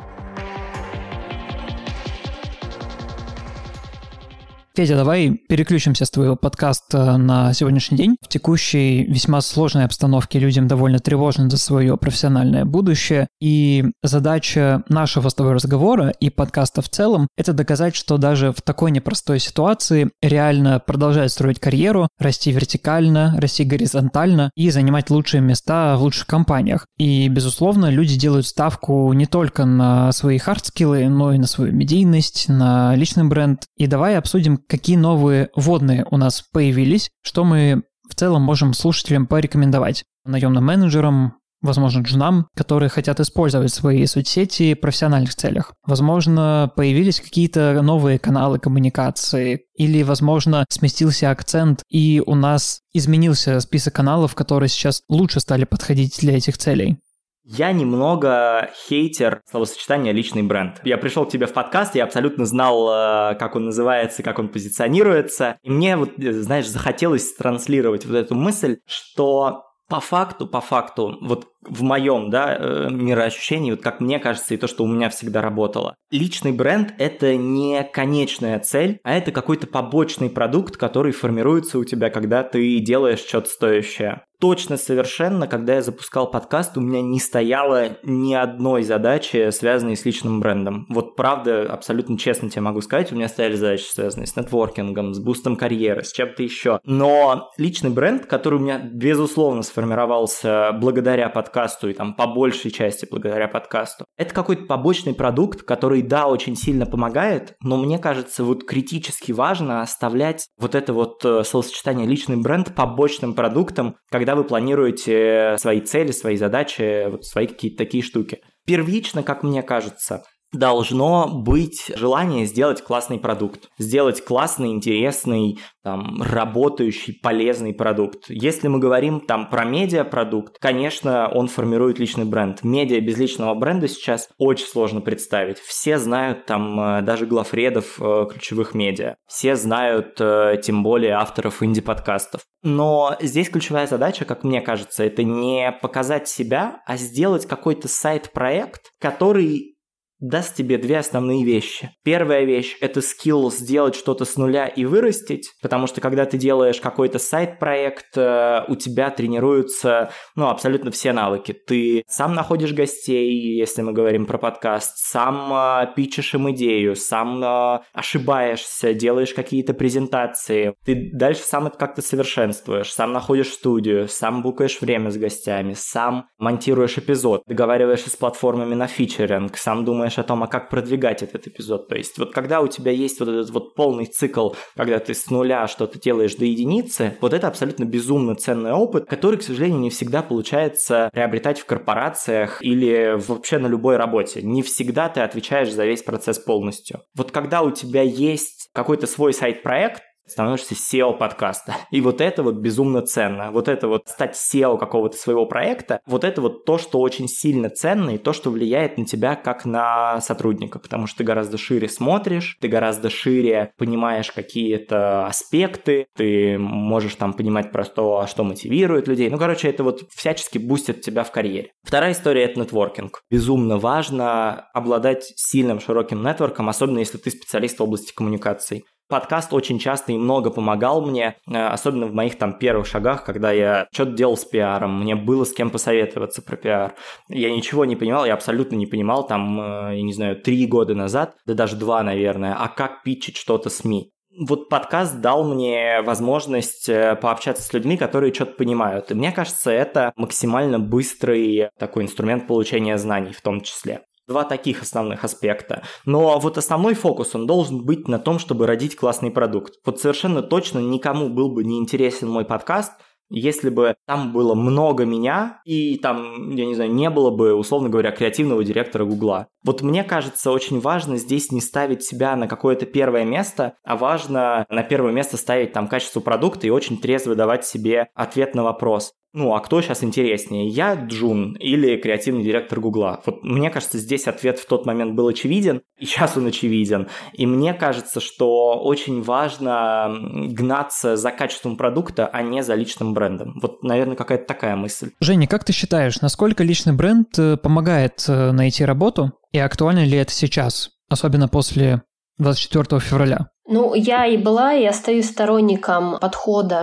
Федя, давай переключимся с твоего подкаста на сегодняшний день. В текущей весьма сложной обстановке людям довольно тревожно за свое профессиональное будущее. И задача нашего с тобой разговора и подкаста в целом – это доказать, что даже в такой непростой ситуации реально продолжать строить карьеру, расти вертикально, расти горизонтально и занимать лучшие места в лучших компаниях. И, безусловно, люди делают ставку не только на свои хардскиллы, но и на свою медийность, на личный бренд. И давай обсудим, какие новые вводные у нас появились, что мы в целом можем слушателям порекомендовать. Наемным менеджерам, возможно, джунам, которые хотят использовать свои соцсети в профессиональных целях. Возможно, появились какие-то новые каналы коммуникации, или, возможно, сместился акцент, и у нас изменился список каналов, которые сейчас лучше стали подходить для этих целей. Я немного хейтер словосочетания «личный бренд». Я пришел к тебе в подкаст, я абсолютно знал, как он называется, как он позиционируется. И мне, вот, знаешь, захотелось транслировать вот эту мысль, что по факту, по факту, вот в моем, да, мироощущении, вот как мне кажется, и то, что у меня всегда работало, личный бренд – это не конечная цель, а это какой-то побочный продукт, который формируется у тебя, когда ты делаешь что-то стоящее. Точно совершенно, когда я запускал подкаст, у меня не стояло ни одной задачи, связанной с личным брендом. Вот правда, абсолютно честно тебе могу сказать, у меня стояли задачи, связанные с нетворкингом, с бустом карьеры, с чем-то еще. Но личный бренд, который у меня, безусловно, сформировался благодаря подкасту и там по большей части благодаря подкасту, это какой-то побочный продукт, который, да, очень сильно помогает, но мне кажется, вот критически важно оставлять вот это вот словосочетание «личный бренд» побочным продуктом, когда вы планируете свои цели, свои задачи, вот свои какие-то такие штуки. Первично, как мне кажется, должно быть желание сделать классный продукт, сделать классный, интересный, там, работающий, полезный продукт. Если мы говорим там про медиапродукт, конечно, он формирует личный бренд. Медиа без личного бренда сейчас очень сложно представить. Все знают там даже главредов ключевых медиа. Все знают тем более авторов инди-подкастов. Но здесь ключевая задача, как мне кажется, это не показать себя, а сделать какой-то сайт-проект, который даст тебе две основные вещи. Первая вещь – это скилл сделать что-то с нуля и вырастить, потому что когда ты делаешь какой-то сайт-проект, у тебя тренируются, ну, абсолютно все навыки. Ты сам находишь гостей, если мы говорим про подкаст, сам э, питчишь им идею, сам э, ошибаешься, делаешь какие-то презентации. Ты дальше сам это как-то совершенствуешь, сам находишь студию, сам букаешь время с гостями, сам монтируешь эпизод, договариваешься с платформами на фичеринг, сам думаешь о том, а как продвигать этот эпизод. То есть вот когда у тебя есть вот этот вот полный цикл, когда ты с нуля что-то делаешь до единицы, вот это абсолютно безумно ценный опыт, который, к сожалению, не всегда получается приобретать в корпорациях или вообще на любой работе. Не всегда ты отвечаешь за весь процесс полностью. Вот когда у тебя есть какой-то свой сайт-проект, становишься си и о подкаста. И вот это вот безумно ценно. Вот это вот стать си и о какого-то своего проекта, вот это вот то, что очень сильно ценно и то, что влияет на тебя как на сотрудника, потому что ты гораздо шире смотришь, ты гораздо шире понимаешь какие-то аспекты, ты можешь там понимать про то, что мотивирует людей. Ну, короче, это вот всячески бустит тебя в карьере. Вторая история – это нетворкинг. Безумно важно обладать сильным, широким нетворком, особенно если ты специалист в области коммуникаций. Подкаст очень часто и много помогал мне, особенно в моих там первых шагах, когда я что-то делал с пиаром, мне было с кем посоветоваться про пиар. Я ничего не понимал, я абсолютно не понимал там, я не знаю, три года назад, да даже два, наверное, а как питчить что-то СМИ. Вот подкаст дал мне возможность пообщаться с людьми, которые что-то понимают. И мне кажется, это максимально быстрый такой инструмент получения знаний в том числе. Два таких основных аспекта. Но вот основной фокус, он должен быть на том, чтобы родить классный продукт. Вот совершенно точно никому был бы не интересен мой подкаст, если бы там было много меня, и там, я не знаю, не было бы, условно говоря, креативного директора Гугла. Вот мне кажется, очень важно здесь не ставить себя на какое-то первое место, а важно на первое место ставить там качество продукта и очень трезво давать себе ответ на вопрос. Ну, а кто сейчас интереснее, я, Джун, или креативный директор Гугла? Вот мне кажется, здесь ответ в тот момент был очевиден, и сейчас он очевиден. И мне кажется, что очень важно гнаться за качеством продукта, а не за личным брендом. Вот, наверное, какая-то такая мысль. Женя, как ты считаешь, насколько личный бренд помогает найти работу, и актуально ли это сейчас, особенно после двадцать четвёртого февраля? Ну, я и была, и остаюсь сторонником подхода,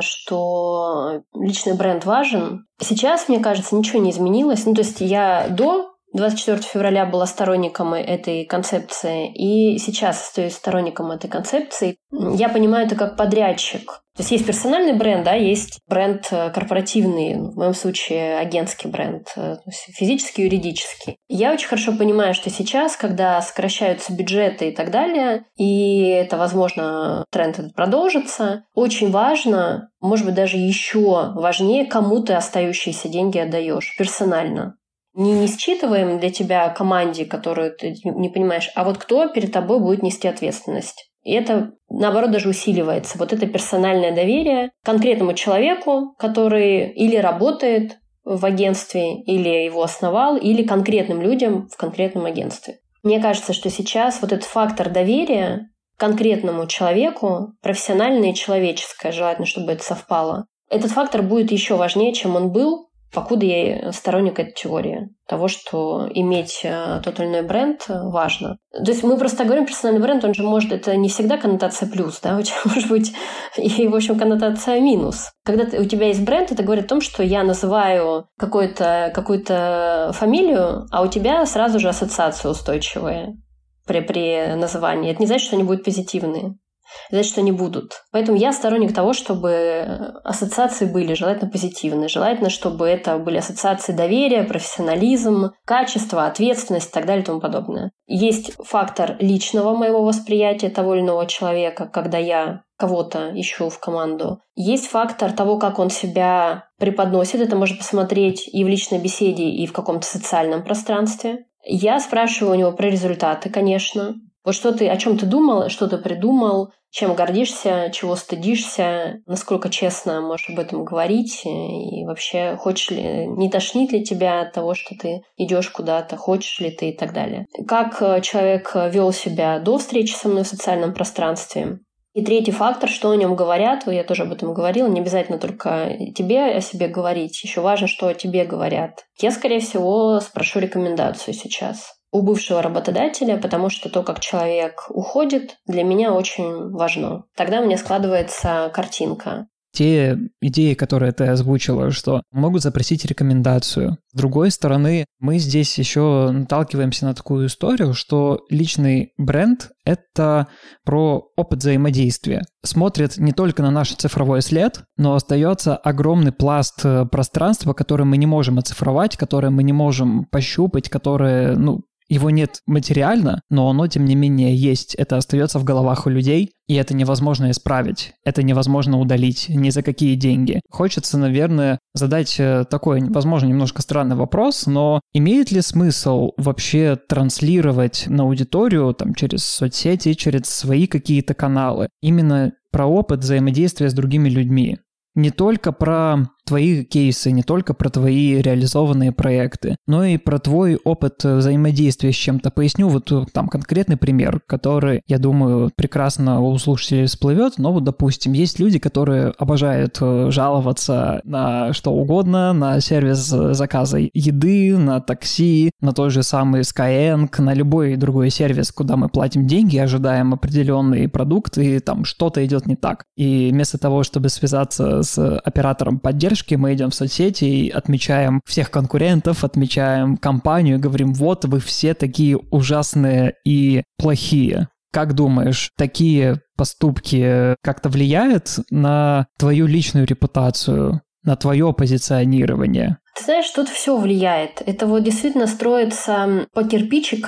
что личный бренд важен. Сейчас, мне кажется, ничего не изменилось. Ну, то есть я до двадцать четвёртого февраля была сторонником этой концепции, и сейчас остаюсь сторонником этой концепции. Я понимаю это как подрядчик. То есть есть персональный бренд, да, есть бренд корпоративный, в моем случае агентский бренд, физический, юридический. Я очень хорошо понимаю, что сейчас, когда сокращаются бюджеты и так далее, и это, возможно, тренд этот продолжится, очень важно, может быть, даже еще важнее, кому ты остающиеся деньги отдаешь персонально. Не, не считываем для тебя команде, которую ты не понимаешь, а вот кто перед тобой будет нести ответственность. И это, наоборот, даже усиливается. Вот это персональное доверие конкретному человеку, который или работает в агентстве, или его основал, или конкретным людям в конкретном агентстве. Мне кажется, что сейчас вот этот фактор доверия конкретному человеку, профессиональное и человеческое, желательно, чтобы это совпало, этот фактор будет еще важнее, чем он был, покуда я сторонник этой теории, того, что иметь тот или иной бренд важно. То есть мы просто говорим, персональный бренд, он же может, это не всегда коннотация плюс, да, может быть и, в общем, коннотация минус. Когда ты, у тебя есть бренд, это говорит о том, что я называю какую-то, какую-то фамилию, а у тебя сразу же ассоциации устойчивые при, при назывании. Это не значит, что они будут позитивные. Значит, что они будут. Поэтому я сторонник того, чтобы ассоциации были желательно позитивные. Желательно, чтобы это были ассоциации доверия, профессионализм, качество, ответственность и так далее и тому подобное. Есть фактор личного моего восприятия того или иного человека, когда я кого-то ищу в команду. Есть фактор того, как он себя преподносит. Это можно посмотреть и в личной беседе, и в каком-то социальном пространстве. Я спрашиваю у него про результаты, конечно. Вот что ты, о чем ты думал, что ты придумал, чем гордишься, чего стыдишься, насколько честно можешь об этом говорить, и вообще хочешь ли, не тошнит ли тебя от того, что ты идешь куда-то, хочешь ли ты и так далее. Как человек вел себя до встречи со мной в социальном пространстве. И третий фактор, что о нем говорят, я тоже об этом говорила, не обязательно только тебе о себе говорить, еще важно, что о тебе говорят. Я, скорее всего, спрошу рекомендацию сейчас у бывшего работодателя, потому что то, как человек уходит, для меня очень важно. Тогда у меня складывается картинка. Те идеи, которые ты озвучила, что могут запросить рекомендацию. С другой стороны, мы здесь еще наталкиваемся на такую историю, что личный бренд — это про опыт взаимодействия. Смотрит не только на наш цифровой след, но остается огромный пласт пространства, который мы не можем оцифровать, который мы не можем пощупать, которое, ну, его нет материально, но оно, тем не менее, есть. Это остается в головах у людей, и это невозможно исправить. Это невозможно удалить ни за какие деньги. Хочется, наверное, задать такой, возможно, немножко странный вопрос, но имеет ли смысл вообще транслировать на аудиторию там, через соцсети, через свои какие-то каналы именно про опыт взаимодействия с другими людьми? Не только про твои кейсы, не только про твои реализованные проекты, но и про твой опыт взаимодействия с чем-то. Поясню вот там конкретный пример, который, я думаю, прекрасно у слушателей всплывет, но вот, допустим, есть люди, которые обожают жаловаться на что угодно, на сервис заказа еды, на такси, на тот же самый Skyeng, на любой другой сервис, куда мы платим деньги, ожидаем определенный продукт, и там что-то идет не так. И вместо того, чтобы связаться с оператором поддержки, мы идем в соцсети и отмечаем всех конкурентов, отмечаем компанию, говорим, вот вы все такие ужасные и плохие. Как думаешь, такие поступки как-то влияют на твою личную репутацию, на твое позиционирование? Ты знаешь, тут все влияет. Это вот действительно строится по кирпичикам.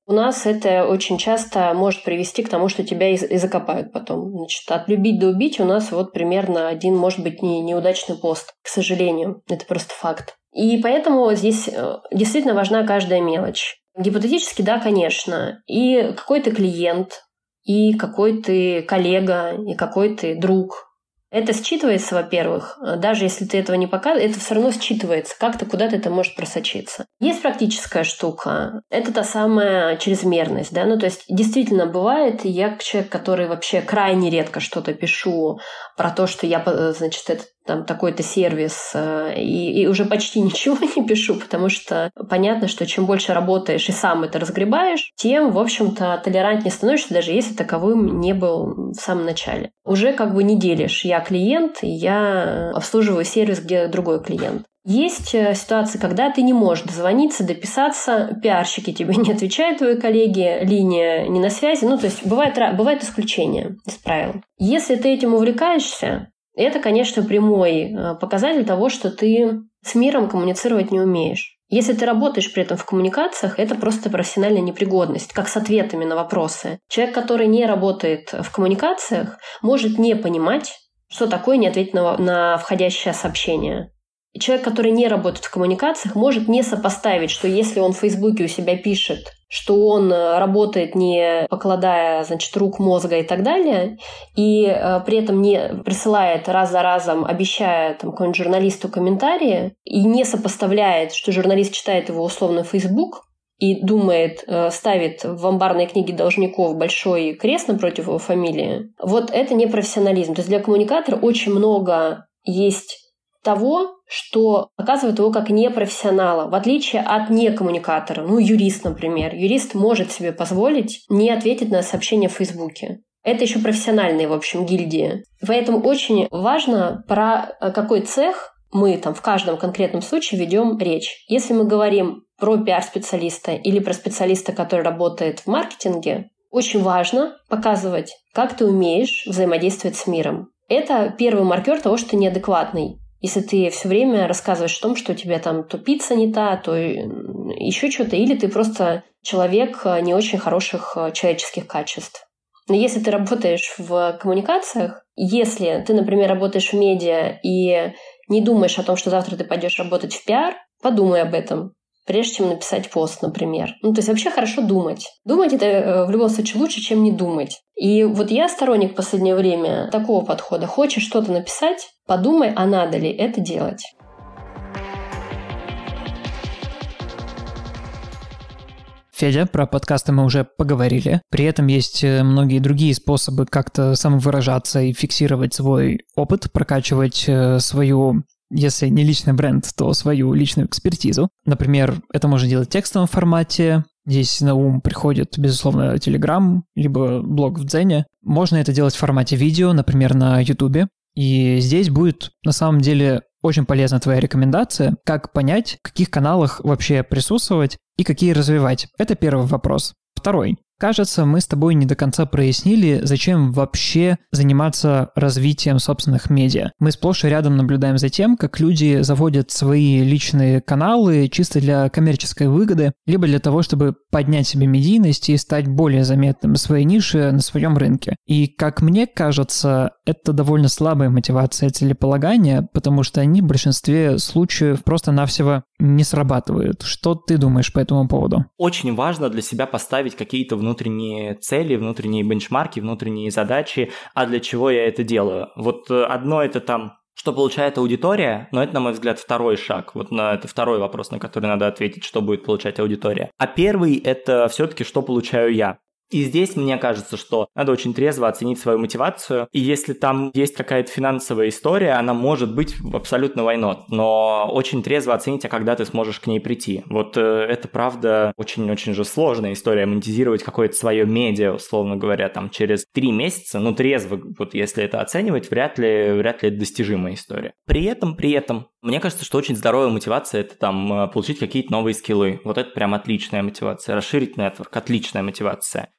У нас это очень часто может привести к тому, что тебя и, и закопают потом. Значит, от любить до убить у нас вот примерно один, может быть, не, неудачный пост, к сожалению. Это просто факт. И поэтому здесь действительно важна каждая мелочь. Гипотетически, да, конечно. И какой ты клиент, и какой ты коллега, и какой ты друг. Это считывается, во-первых, даже если ты этого не показываешь, это все равно считывается, как-то куда-то это может просочиться. Есть практическая штука, это та самая чрезмерность, да, ну то есть действительно бывает, я человек, который вообще крайне редко что-то пишу про то, что я, значит, это там такой-то сервис, и, и уже почти ничего не пишу, потому что понятно, что чем больше работаешь и сам это разгребаешь, тем, в общем-то, толерантнее становишься, даже если таковым не был в самом начале. Уже как бы не делишь. Я клиент, и я обслуживаю сервис, где другой клиент. Есть ситуации, когда ты не можешь дозвониться, дописаться, пиарщики тебе не отвечают, твои коллеги, линия не на связи. Ну, то есть бывает, бывает исключение из правил. Если ты этим увлекаешься, это, конечно, прямой показатель того, что ты с миром коммуницировать не умеешь. Если ты работаешь при этом в коммуникациях, это просто профессиональная непригодность, как с ответами на вопросы. Человек, который не работает в коммуникациях, может не понимать, что такое не ответить на, на входящее сообщение. И человек, который не работает в коммуникациях, может не сопоставить, что если он в Фейсбуке у себя пишет, что он работает, не покладая, значит, рук, мозга и так далее, и э, при этом не присылает раз за разом, обещая там, какому-нибудь журналисту комментарии, и не сопоставляет, что журналист читает его условно в Facebook и думает, э, ставит в амбарной книге должников большой крест напротив его фамилии, вот это не профессионализм. То есть для коммуникатора очень много есть того, что показывает его как непрофессионала, в отличие от некоммуникатора. Ну, юрист, например. Юрист может себе позволить не ответить на сообщение в Фейсбуке. Это еще профессиональные, в общем, гильдии. Поэтому очень важно, про какой цех мы там в каждом конкретном случае ведем речь. Если мы говорим про пиар-специалиста или про специалиста, который работает в маркетинге, очень важно показывать, как ты умеешь взаимодействовать с миром. Это первый маркер того, что ты неадекватный. Если ты все время рассказываешь о том, что у тебя там то пицца не та, то еще что-то, или ты просто человек не очень хороших человеческих качеств. Но если ты работаешь в коммуникациях, если ты, например, работаешь в медиа и не думаешь о том, что завтра ты пойдешь работать в пиар, подумай об этом, прежде чем написать пост, например. Ну, то есть вообще хорошо думать. Думать — это в любом случае лучше, чем не думать. И вот я сторонник в последнее время такого подхода. Хочешь что-то написать, подумай, а надо ли это делать. Федя, про подкасты мы уже поговорили. При этом есть многие другие способы как-то самовыражаться и фиксировать свой опыт, прокачивать свою, если не личный бренд, то свою личную экспертизу. Например, это можно делать в текстовом формате. Здесь на ум приходит, безусловно, Telegram, либо блог в Дзене. Можно это делать в формате видео, например, на Ютубе. И здесь будет, на самом деле, очень полезна твоя рекомендация, как понять, в каких каналах вообще присутствовать и какие развивать. Это первый вопрос. Второй. Кажется, мы с тобой не до конца прояснили, зачем вообще заниматься развитием собственных медиа. Мы сплошь и рядом наблюдаем за тем, как люди заводят свои личные каналы чисто для коммерческой выгоды, либо для того, чтобы поднять себе медийность и стать более заметным в своей нише на своем рынке. И, как мне кажется, это довольно слабая мотивация целеполагания, потому что они в большинстве случаев просто-навсего не срабатывают. Что ты думаешь по этому поводу? Очень важно для себя поставить какие-то внутренние цели, внутренние бенчмарки, внутренние задачи, а для чего я это делаю. Вот одно это там, что получает аудитория, но это, на мой взгляд, второй шаг. Вот на это второй вопрос, на который надо ответить, что будет получать аудитория. А первый это все-таки, что получаю я. И здесь мне кажется, что надо очень трезво оценить свою мотивацию. И если там есть какая-то финансовая история, она может быть абсолютно why not. Но очень трезво оценить, а когда ты сможешь к ней прийти. Вот э, это, правда, очень-очень же сложная история. Монетизировать какое-то свое медиа, условно говоря, там через три месяца. Ну, трезво, вот если это оценивать, вряд ли, вряд ли это достижимая история. При этом, при этом, мне кажется, что очень здоровая мотивация – это там получить какие-то новые скиллы. Вот это прям отличная мотивация. Расширить нетворк – отличная мотивация.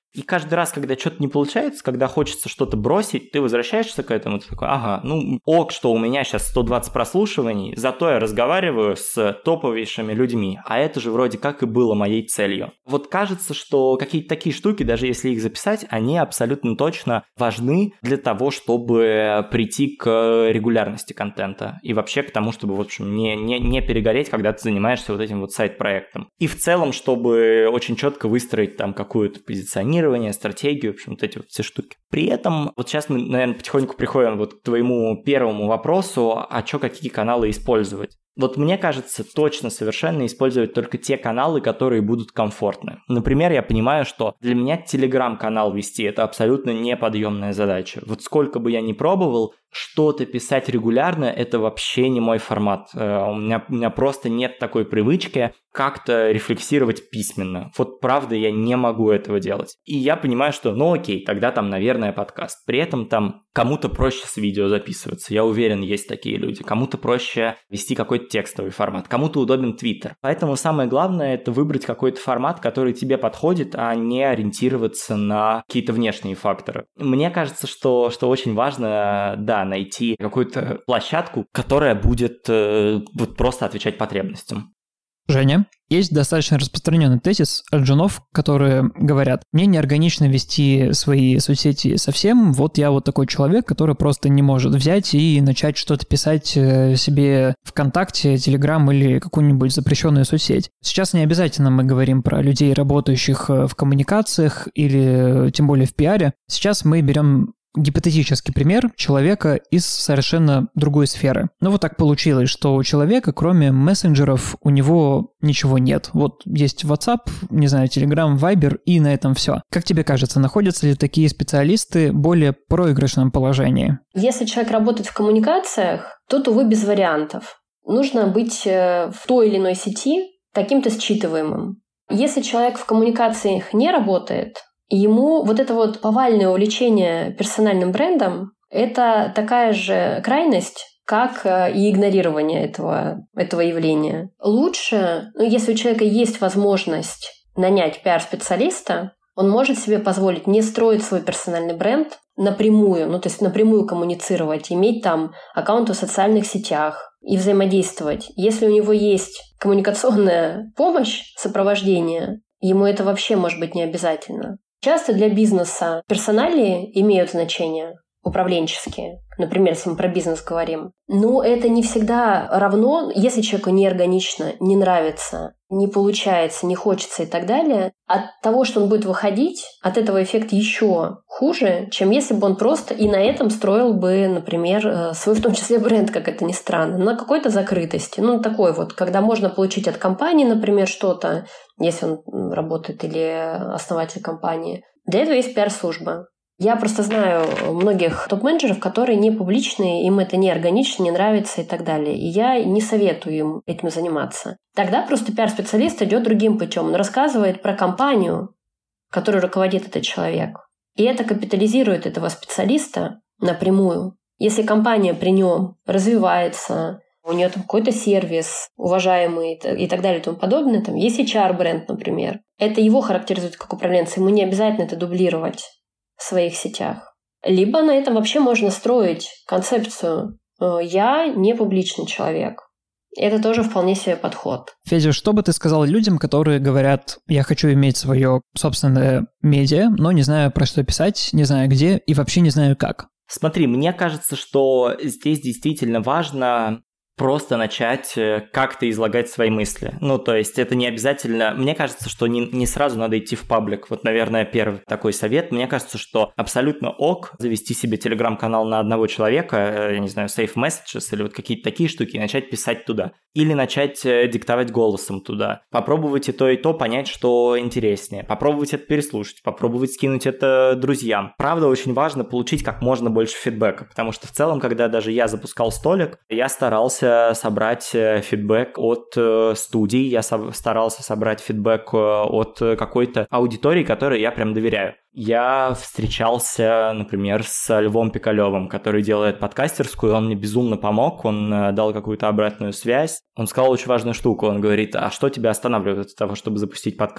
И каждый раз, когда что-то не получается, когда хочется что-то бросить, ты возвращаешься к этому, ты такой, ага, ну ок, что у меня сейчас сто двадцать прослушиваний, зато я разговариваю с топовейшими людьми, а это же вроде как и было моей целью. Вот кажется, что какие-то такие штуки, даже если их записать, они абсолютно точно важны для того, чтобы прийти к регулярности контента и вообще к тому, чтобы, в общем, не, не, не перегореть, когда ты занимаешься вот этим вот сайт-проектом. И в целом, чтобы очень четко выстроить там какую-то позиционирование, стратегию, в общем, вот эти вот все штуки. При этом, вот сейчас мы, наверное, потихоньку приходим вот к твоему первому вопросу, а что, какие каналы использовать? Вот мне кажется, точно совершенно использовать только те каналы, которые будут комфортны. Например, я понимаю, что для меня телеграм-канал вести – это абсолютно неподъемная задача. Вот сколько бы я ни пробовал, что-то писать регулярно – это вообще не мой формат. У меня, у меня просто нет такой привычки как-то рефлексировать письменно. Вот правда, я не могу этого делать. И я понимаю, что ну окей, тогда там, наверное, подкаст. При этом там кому-то проще с видео записываться. Я уверен, есть такие люди. Кому-то проще вести какой-то текстовый формат. Кому-то удобен Твиттер. Поэтому самое главное – это выбрать какой-то формат, который тебе подходит, а не ориентироваться на какие-то внешние факторы. Мне кажется, что, что очень важно, да, найти какую-то площадку, которая будет э, вот просто отвечать потребностям. Женя, есть достаточно распространенный тезис от джунов, которые говорят, мне неорганично вести свои соцсети совсем, вот я вот такой человек, который просто не может взять и начать что-то писать себе ВКонтакте, Телеграм или какую-нибудь запрещенную соцсеть. Сейчас не обязательно мы говорим про людей, работающих в коммуникациях или тем более в пиаре. Сейчас мы берем гипотетический пример человека из совершенно другой сферы. Но вот так получилось, что у человека, кроме мессенджеров, у него ничего нет. Вот есть WhatsApp, не знаю, Telegram, Viber, и на этом все. Как тебе кажется, находятся ли такие специалисты в более проигрышном положении? Если человек работает в коммуникациях, тут, увы, без вариантов. Нужно быть в той или иной сети каким-то считываемым. Если человек в коммуникациях не работает, ему вот это вот повальное увлечение персональным брендом – это такая же крайность, как и игнорирование этого, этого явления. Лучше, ну, если у человека есть возможность нанять пиар-специалиста, он может себе позволить не строить свой персональный бренд напрямую, ну, то есть напрямую коммуницировать, иметь там аккаунты в социальных сетях и взаимодействовать. Если у него есть коммуникационная помощь, сопровождение, ему это вообще может быть не обязательно. Часто для бизнеса персоналии имеют значение, управленческие. Например, если мы про бизнес говорим. Но это не всегда равно, если человеку неорганично, не нравится, не получается, не хочется и так далее. От того, что он будет выходить, от этого эффект еще хуже, чем если бы он просто и на этом строил бы, например, свой в том числе бренд, как это ни странно, на какой-то закрытости. Ну, такой вот, когда можно получить от компании, например, что-то, если он работает или основатель компании. Для этого есть пиар-служба. Я просто знаю многих топ-менеджеров, которые не публичные, им это не органично, не нравится и так далее. И я не советую им этим заниматься. Тогда просто пиар-специалист идет другим путем. Он рассказывает про компанию, которой руководит этот человек. И это капитализирует этого специалиста напрямую. Если компания при нем развивается, у нее там какой-то сервис уважаемый и так далее и тому подобное, там есть эйч ар-бренд, например, это его характеризует как управленца, ему не обязательно это дублировать в своих сетях. Либо на этом вообще можно строить концепцию «я не публичный человек». Это тоже вполне себе подход. Федя, что бы ты сказал людям, которые говорят, я хочу иметь свое собственное медиа, но не знаю, про что писать, не знаю где и вообще не знаю как? Смотри, мне кажется, что здесь действительно важно просто начать как-то излагать свои мысли. Ну, то есть это не обязательно... Мне кажется, что не, не сразу надо идти в паблик. Вот, наверное, первый такой совет. Мне кажется, что абсолютно ок завести себе телеграм-канал на одного человека, я не знаю, Safe Messages или вот какие-то такие штуки, и начать писать туда. Или начать диктовать голосом туда. Попробовать и то, и то, понять, что интереснее. Попробовать это переслушать, попробовать скинуть это друзьям. Правда, очень важно получить как можно больше фидбэка, потому что в целом, когда даже я запускал столик, я старался собрать фидбэк от э, студий, я со- старался собрать фидбэк от какой-то аудитории, которой я прям доверяю. Я встречался, например, с Львом Пикалевым, который делает подкастерскую, он мне безумно помог, он дал какую-то обратную связь. Он сказал очень важную штуку, он говорит, а что тебя останавливает от того, чтобы запустить подкаст?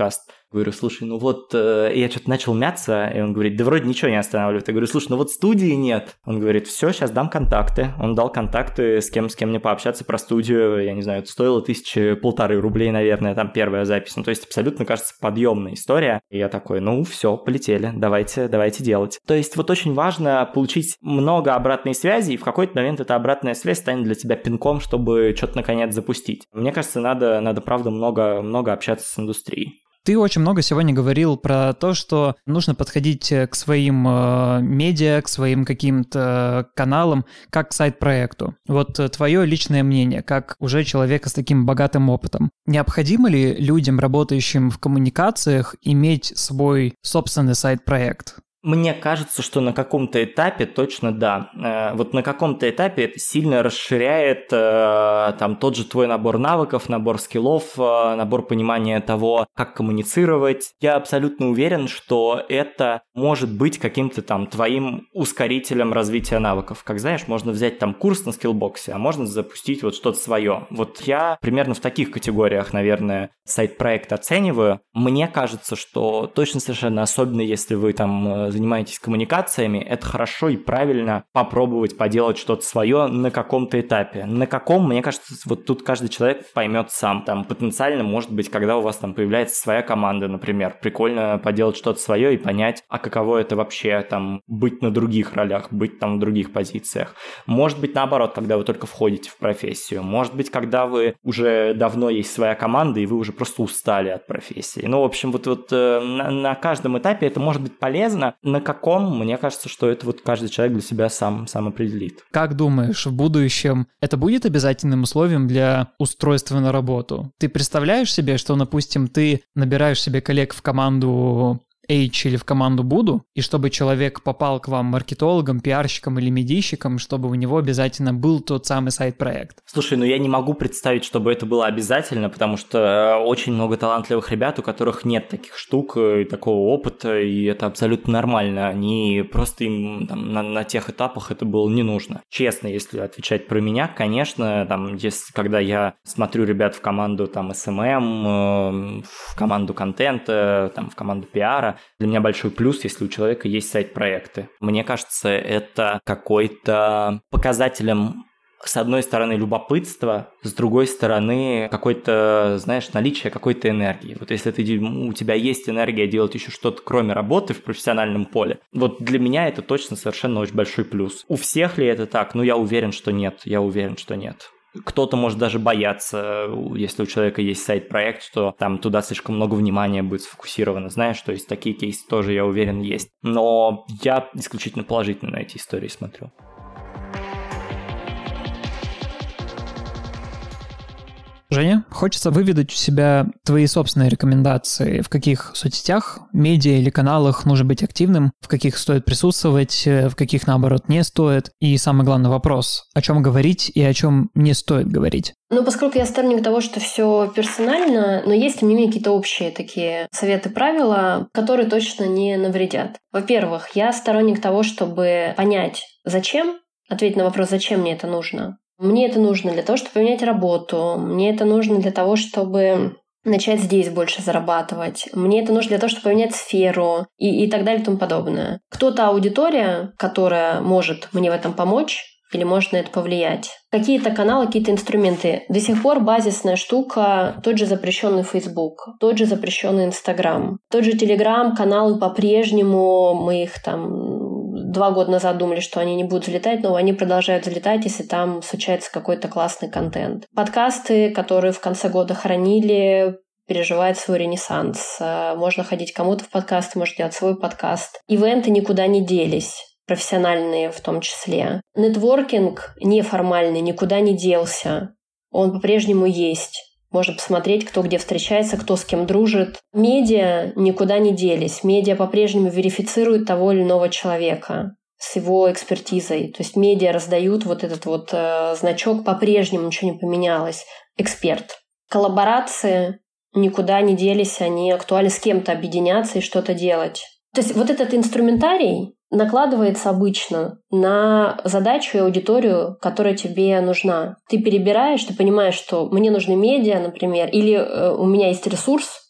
Говорю, слушай, ну вот э, я что-то начал мяться, и он говорит, да вроде ничего не останавливает. Я говорю, слушай, ну вот студии нет. Он говорит, все, сейчас дам контакты. Он дал контакты, с кем, с кем мне пообщаться про студию. Я не знаю, это стоило тысячи полторы рублей, наверное, там первая запись. Ну, то есть абсолютно, кажется, подъемная история. И я такой, ну все, полетели, давайте, давайте делать. То есть вот очень важно получить много обратной связи, и в какой-то момент эта обратная связь станет для тебя пинком, чтобы что-то наконец запустить. Мне кажется, надо, надо правда, много, много общаться с индустрией. Ты очень много сегодня говорил про то, что нужно подходить к своим э, медиа, к своим каким-то каналам, как к сайт-проекту. Вот твое личное мнение, как уже человека с таким богатым опытом. Необходимо ли людям, работающим в коммуникациях, иметь свой собственный сайт-проект? Мне кажется, что на каком-то этапе точно да. Вот на каком-то этапе это сильно расширяет там тот же твой набор навыков, набор скиллов, набор понимания того, как коммуницировать. Я абсолютно уверен, что это может быть каким-то там твоим ускорителем развития навыков. Как знаешь, можно взять там курс на скиллбоксе, а можно запустить вот что-то свое. Вот я примерно в таких категориях, наверное, сайт-проект оцениваю. Мне кажется, что точно совершенно, особенно если вы там занимаетесь коммуникациями, это хорошо и правильно попробовать поделать что-то свое на каком-то этапе. На каком, мне кажется, вот тут каждый человек поймет сам. Там потенциально, может быть, когда у вас там появляется своя команда, например, прикольно поделать что-то свое и понять, а каково это вообще там быть на других ролях, быть там в других позициях. Может быть, наоборот, когда вы только входите в профессию. Может быть, когда вы уже давно есть своя команда, и вы уже просто устали от профессии. Ну, в общем, вот, вот э, на, на каждом этапе это может быть полезно. На каком, мне кажется, что это вот каждый человек для себя сам, сам определит. Как думаешь, в будущем это будет обязательным условием для устройства на работу? Ты представляешь себе, что, допустим, ты набираешь себе коллег в команду H или в команду Буду, и чтобы человек попал к вам маркетологом, пиарщиком или медийщиком, чтобы у него обязательно был тот самый сайт-проект? Слушай, ну я не могу представить, чтобы это было обязательно, потому что очень много талантливых ребят, у которых нет таких штук и такого опыта, и это абсолютно нормально. Они просто им там, на, на тех этапах это было не нужно. Честно, если отвечать про меня, конечно, там, если, когда я смотрю ребят в команду там эс эм эм, в команду контента, там, в команду пиара, для меня большой плюс, если у человека есть сайт-проекты. Мне кажется, это какой-то показателем, с одной стороны, любопытства, с другой стороны, какой-то, знаешь, наличие какой-то энергии. Вот если ты, у тебя есть энергия делать еще что-то, кроме работы в профессиональном поле, вот для меня это точно совершенно очень большой плюс. У всех ли это так? Ну, я уверен, что нет. Я уверен, что нет. Кто-то может даже бояться, если у человека есть сайт-проект, что там туда слишком много внимания будет сфокусировано. Знаешь, то есть такие кейсы тоже, я уверен, есть. Но я исключительно положительно на эти истории смотрю. Женя, хочется выведать у себя твои собственные рекомендации, в каких соцсетях, медиа или каналах нужно быть активным, в каких стоит присутствовать, в каких, наоборот, не стоит. И самый главный вопрос, о чем говорить и о чем не стоит говорить. Ну, поскольку я сторонник того, что все персонально, но есть у меня какие-то общие такие советы, правила, которые точно не навредят. Во-первых, я сторонник того, чтобы понять, зачем, ответить на вопрос, зачем мне это нужно. Мне это нужно для того, чтобы поменять работу. Мне это нужно для того, чтобы начать здесь больше зарабатывать. Мне это нужно для того, чтобы поменять сферу и, и так далее и тому подобное. Кто-то аудитория, которая может мне в этом помочь или может на это повлиять. Какие-то каналы, какие-то инструменты. До сих пор базисная штука, тот же запрещенный Facebook, тот же запрещенный Instagram, тот же Telegram, каналы по-прежнему, мы их там два года назад думали, что они не будут залетать, но они продолжают залетать, если там случается какой-то классный контент. Подкасты, которые в конце года хоронили, переживает свой ренессанс. Можно ходить кому-то в подкасты, можно делать свой подкаст. Ивенты никуда не делись, профессиональные в том числе. Нетворкинг неформальный никуда не делся. Он по-прежнему есть. Можно посмотреть, кто где встречается, кто с кем дружит. Медиа никуда не делись. Медиа по-прежнему верифицируют того или иного человека с его экспертизой. То есть медиа раздают вот этот вот э, значок, по-прежнему ничего не поменялось. Эксперт. Коллаборации никуда не делись, они актуальны, с кем-то объединяться и что-то делать. То есть вот этот инструментарий накладывается обычно на задачу и аудиторию, которая тебе нужна. Ты перебираешь, ты понимаешь, что мне нужны медиа, например, или э, у меня есть ресурс,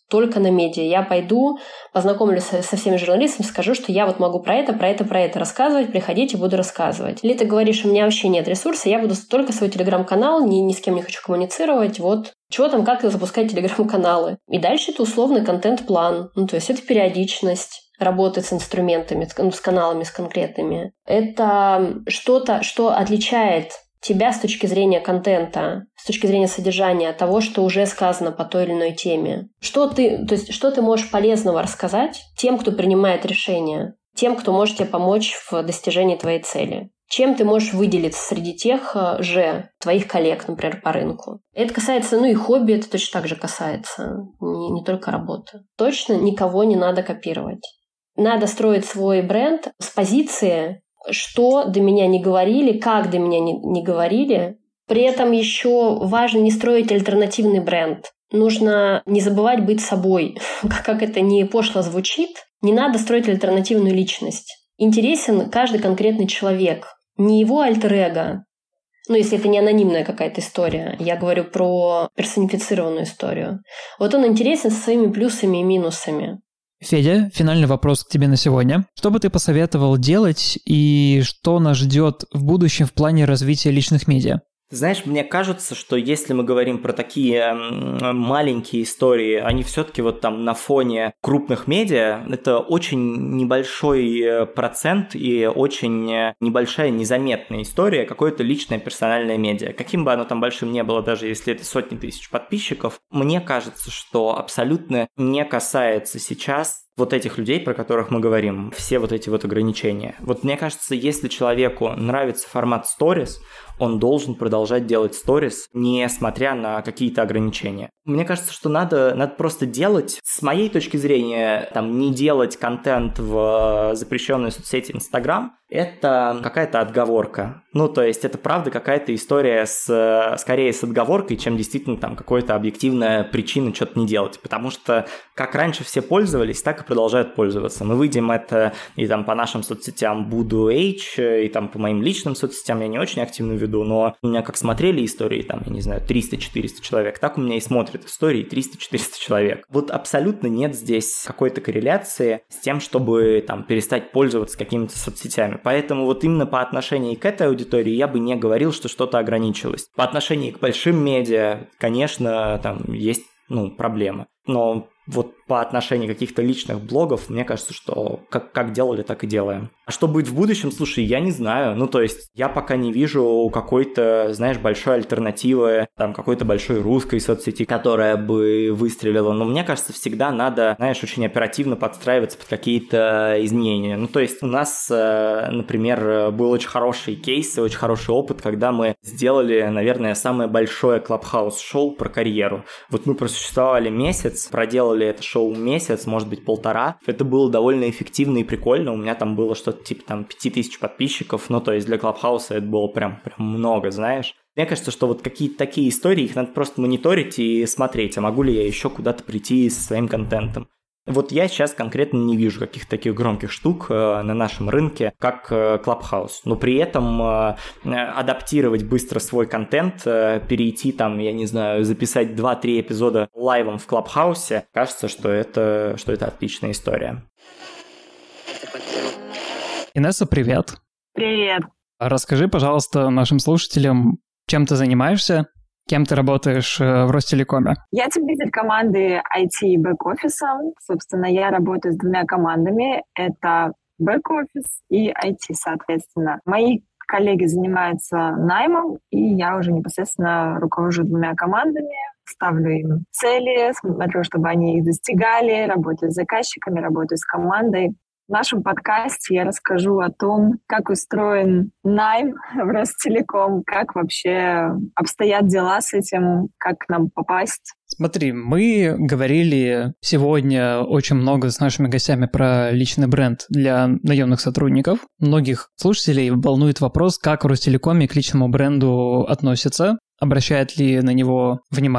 только на медиа. Я пойду, познакомлюсь со, со всеми журналистами, скажу, что я вот могу про это, про это, про это рассказывать, приходите, буду рассказывать. Или ты говоришь, у меня вообще нет ресурса, я буду только свой телеграм-канал, ни, ни с кем не хочу коммуницировать, вот. Чего там, как запускать телеграм-каналы. И дальше это условный контент-план, ну, то есть это периодичность работы с инструментами, с, с каналами, с конкретными. Это что-то, что отличает тебя с точки зрения контента, с точки зрения содержания, того, что уже сказано по той или иной теме. Что ты, то есть, что ты можешь полезного рассказать тем, кто принимает решения, тем, кто может тебе помочь в достижении твоей цели. Чем ты можешь выделиться среди тех же твоих коллег, например, по рынку. Это касается, ну и хобби, это точно так же касается, не, не только работы. Точно никого не надо копировать. Надо строить свой бренд с позиции, что до меня не говорили, как до меня не, не говорили. При этом еще важно не строить альтернативный бренд. Нужно не забывать быть собой. Как это не пошло звучит, не надо строить альтернативную личность. Интересен каждый конкретный человек, не его альтер-эго. Ну, если это не анонимная какая-то история. Я говорю про персонифицированную историю. Вот он интересен со своими плюсами и минусами. Федя, финальный вопрос к тебе на сегодня. Что бы ты посоветовал делать и что нас ждет в будущем в плане развития личных медиа? Знаешь, мне кажется, что если мы говорим про такие маленькие истории, они все-таки вот там на фоне крупных медиа, это очень небольшой процент и очень небольшая незаметная история, какое-то личное персональное медиа. Каким бы оно там большим не было, даже если это сотни тысяч подписчиков, мне кажется, что абсолютно не касается сейчас вот этих людей, про которых мы говорим, все вот эти вот ограничения. Вот мне кажется, если человеку нравится формат stories, он должен продолжать делать сторис, несмотря на какие-то ограничения. Мне кажется, что надо, надо просто делать, с моей точки зрения, там, не делать контент в запрещенной соцсети Instagram, это какая-то отговорка. Ну, то есть это правда какая-то история с, скорее с отговоркой, чем действительно там какая-то объективная причина что-то не делать. Потому что как раньше все пользовались, так и продолжают пользоваться. Мы видим это и там по нашим соцсетям Буду H, и там по моим личным соцсетям я не очень активно веду, но у меня как смотрели истории, там, я не знаю, триста-четыреста человек, так у меня и смотрят истории триста-четыреста человек. Вот абсолютно нет здесь какой-то корреляции с тем, чтобы там перестать пользоваться какими-то соцсетями. Поэтому вот именно по отношению к этой аудитории я бы не говорил, что что-то ограничилось. По отношению к большим медиа, конечно, там есть, ну, проблемы. Но вот по отношению каких-то личных блогов, мне кажется, что как, как делали, так и делаем. А что будет в будущем, слушай, я не знаю. Ну, то есть я пока не вижу какой-то, знаешь, большой альтернативы, там, какой-то большой русской соцсети, которая бы выстрелила. Но мне кажется, всегда надо, знаешь, очень оперативно подстраиваться под какие-то изменения. Ну, то есть у нас, например, был очень хороший кейс, очень хороший опыт, когда мы сделали, наверное, самое большое Clubhouse-шоу про карьеру. Вот мы просуществовали месяц, проделали это шоу месяц, может быть, полтора. Это было довольно эффективно и прикольно. У меня там было что-то типа там пять тысяч подписчиков. Ну, то есть для Клабхауса это было прям, прям много, знаешь. Мне кажется, что вот какие-то такие истории, их надо просто мониторить и смотреть, а могу ли я еще куда-то прийти со своим контентом. Вот я сейчас конкретно не вижу каких-то таких громких штук э, на нашем рынке, как э, Clubhouse. Но при этом э, адаптировать быстро свой контент, э, перейти там, я не знаю, записать два-три эпизода лайвом в Clubhouse, кажется, что это, что это отличная история. Инесса, привет. Привет. Расскажи, пожалуйста, нашим слушателям, чем ты занимаешься, кем ты работаешь в Ростелекоме? Я тимлидер команды ай ти и бэк-офиса. Собственно, я работаю с двумя командами. Это бэк-офис и ай ти, соответственно. Мои коллеги занимаются наймом, и я уже непосредственно руковожу двумя командами, ставлю им цели, смотрю, чтобы они их достигали, работаю с заказчиками, работаю с командой. В нашем подкасте я расскажу о том, как устроен найм в Ростелеком, как вообще обстоят дела с этим, как к нам попасть. Смотри, мы говорили сегодня очень много с нашими гостями про личный бренд для наемных сотрудников. Многих слушателей волнует вопрос, как в Ростелекоме к личному бренду относятся, обращает ли на него внимание.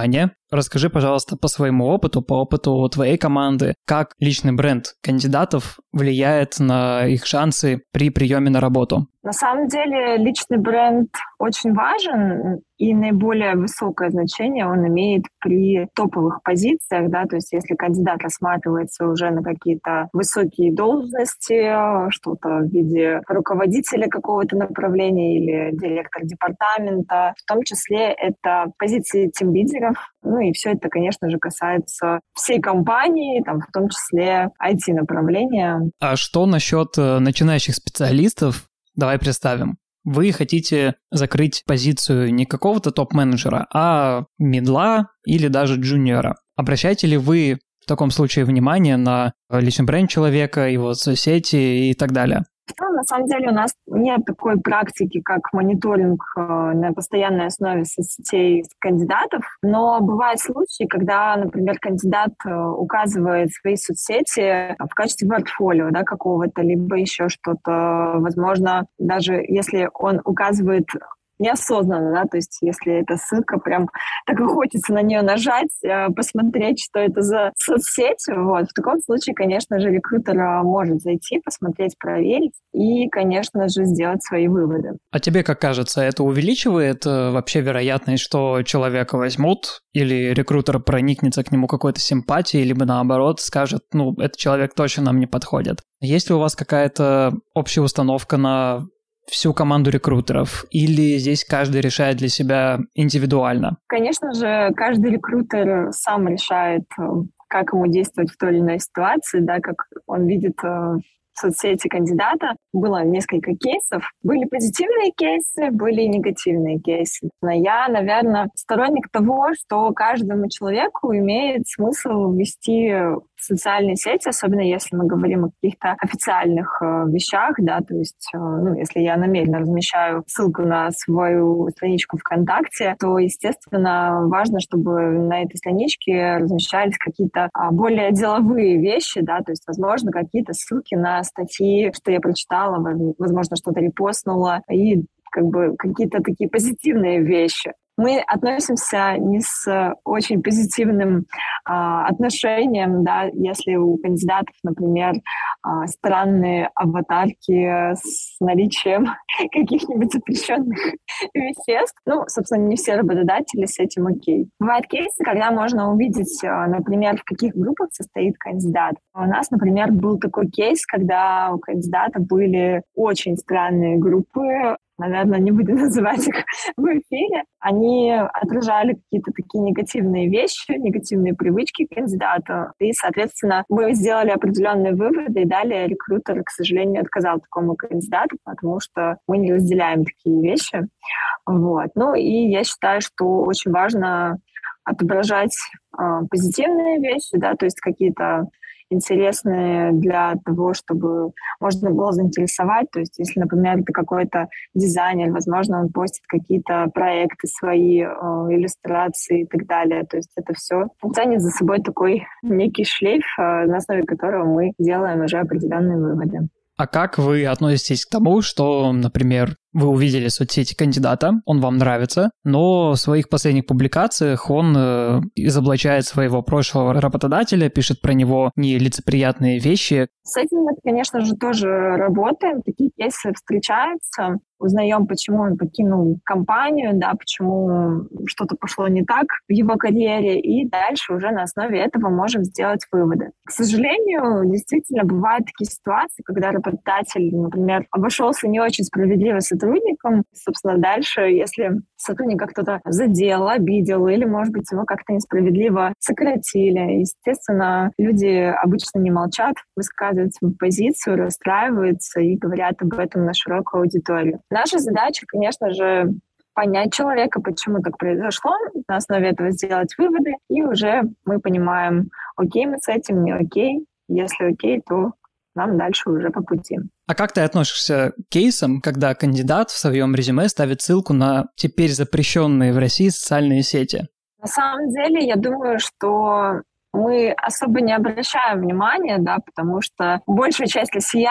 Расскажи, пожалуйста, по своему опыту, по опыту твоей команды, как личный бренд кандидатов влияет на их шансы при приеме на работу. На самом деле личный бренд очень важен, и наиболее высокое значение он имеет при топовых позициях, да, то есть если кандидат рассматривается уже на какие-то высокие должности, что-то в виде руководителя какого-то направления или директор департамента, в том числе это позиции тимлидеров, ну и все это, конечно же, касается всей компании, там, в том числе ай ти-направления. А что насчет начинающих специалистов? Давай представим. Вы хотите закрыть позицию не какого-то топ-менеджера, а мидла или даже джуниора. Обращаете ли вы в таком случае внимание на личный бренд человека, его соцсети и так далее? Ну, на самом деле у нас нет такой практики, как мониторинг э, на постоянной основе соцсетей кандидатов, но бывают случаи, когда, например, кандидат э, указывает свои соцсети в качестве портфолио, да, какого-то, либо еще что-то, возможно, даже если он указывает неосознанно, да, то есть если эта ссылка прям так и хочется на нее нажать, посмотреть, что это за соцсеть, вот, в таком случае, конечно же, рекрутер может зайти, посмотреть, проверить и, конечно же, сделать свои выводы. А тебе как кажется, это увеличивает вообще вероятность, что человека возьмут, или рекрутер проникнется к нему какой-то симпатией, либо наоборот скажет, ну, этот человек точно нам не подходит? Есть ли у вас какая-то общая установка на всю команду рекрутеров, или здесь каждый решает для себя индивидуально? Конечно же, каждый рекрутер сам решает, как ему действовать в той или иной ситуации, да, как он видит соцсети кандидата. Было несколько кейсов. Были позитивные кейсы, были негативные кейсы. Но я, наверное, сторонник того, что каждому человеку имеет смысл вести социальные сети, особенно если мы говорим о каких-то официальных э, вещах, да, то есть, э, ну, если я намеренно размещаю ссылку на свою страничку ВКонтакте, то, естественно, важно, чтобы на этой страничке размещались какие-то а, более деловые вещи, да, то есть, возможно, какие-то ссылки на статьи, что я прочитала, возможно, что-то репостнула, и как бы какие-то такие позитивные вещи. Мы относимся не с очень позитивным а, отношением, да, если у кандидатов, например, а, странные аватарки с наличием каких-нибудь запрещенных веществ. Ну, собственно, не все работодатели с этим окей. Бывают кейсы, когда можно увидеть, например, в каких группах состоит кандидат. У нас, например, был такой кейс, когда у кандидата были очень странные группы. Наверное, не будем называть их в эфире. Они отражали какие-то такие негативные вещи, негативные привычки кандидата. И, соответственно, мы сделали определенные выводы, и далее рекрутер, к сожалению, отказал такому кандидату, потому что мы не разделяем такие вещи. Вот. Ну и я считаю, что очень важно отображать э, позитивные вещи, да, то есть какие-то интересные для того, чтобы можно было заинтересовать. То есть если, например, это какой-то дизайнер, возможно, он постит какие-то проекты свои, э, иллюстрации и так далее. То есть это все тянет за собой такой некий шлейф, э, на основе которого мы делаем уже определенные выводы. А как вы относитесь к тому, что, например, вы увидели соцсети кандидата, он вам нравится, но в своих последних публикациях он э, изоблачает своего прошлого работодателя, пишет про него нелицеприятные вещи? С этим мы, конечно же, тоже работаем. Такие кейсы встречаются. Узнаем, почему он покинул компанию, да, почему что-то пошло не так в его карьере, и дальше уже на основе этого можем сделать выводы. К сожалению, действительно бывают такие ситуации, когда работодатель, например, обошелся не очень справедливо с сотрудником. Собственно, дальше, если сотрудника кто-то задел, обидел, или, может быть, его как-то несправедливо сократили, естественно, люди обычно не молчат, высказывают свою позицию, расстраиваются и говорят об этом на широкую аудиторию. Наша задача, конечно же, понять человека, почему так произошло, на основе этого сделать выводы, и уже мы понимаем, окей мы с этим, не окей. Если окей, то нам дальше уже по пути. А как ты относишься к кейсам, когда кандидат в своем резюме ставит ссылку на теперь запрещенные в России социальные сети? На самом деле, я думаю, что мы особо не обращаем внимания, да, потому что большая часть россиян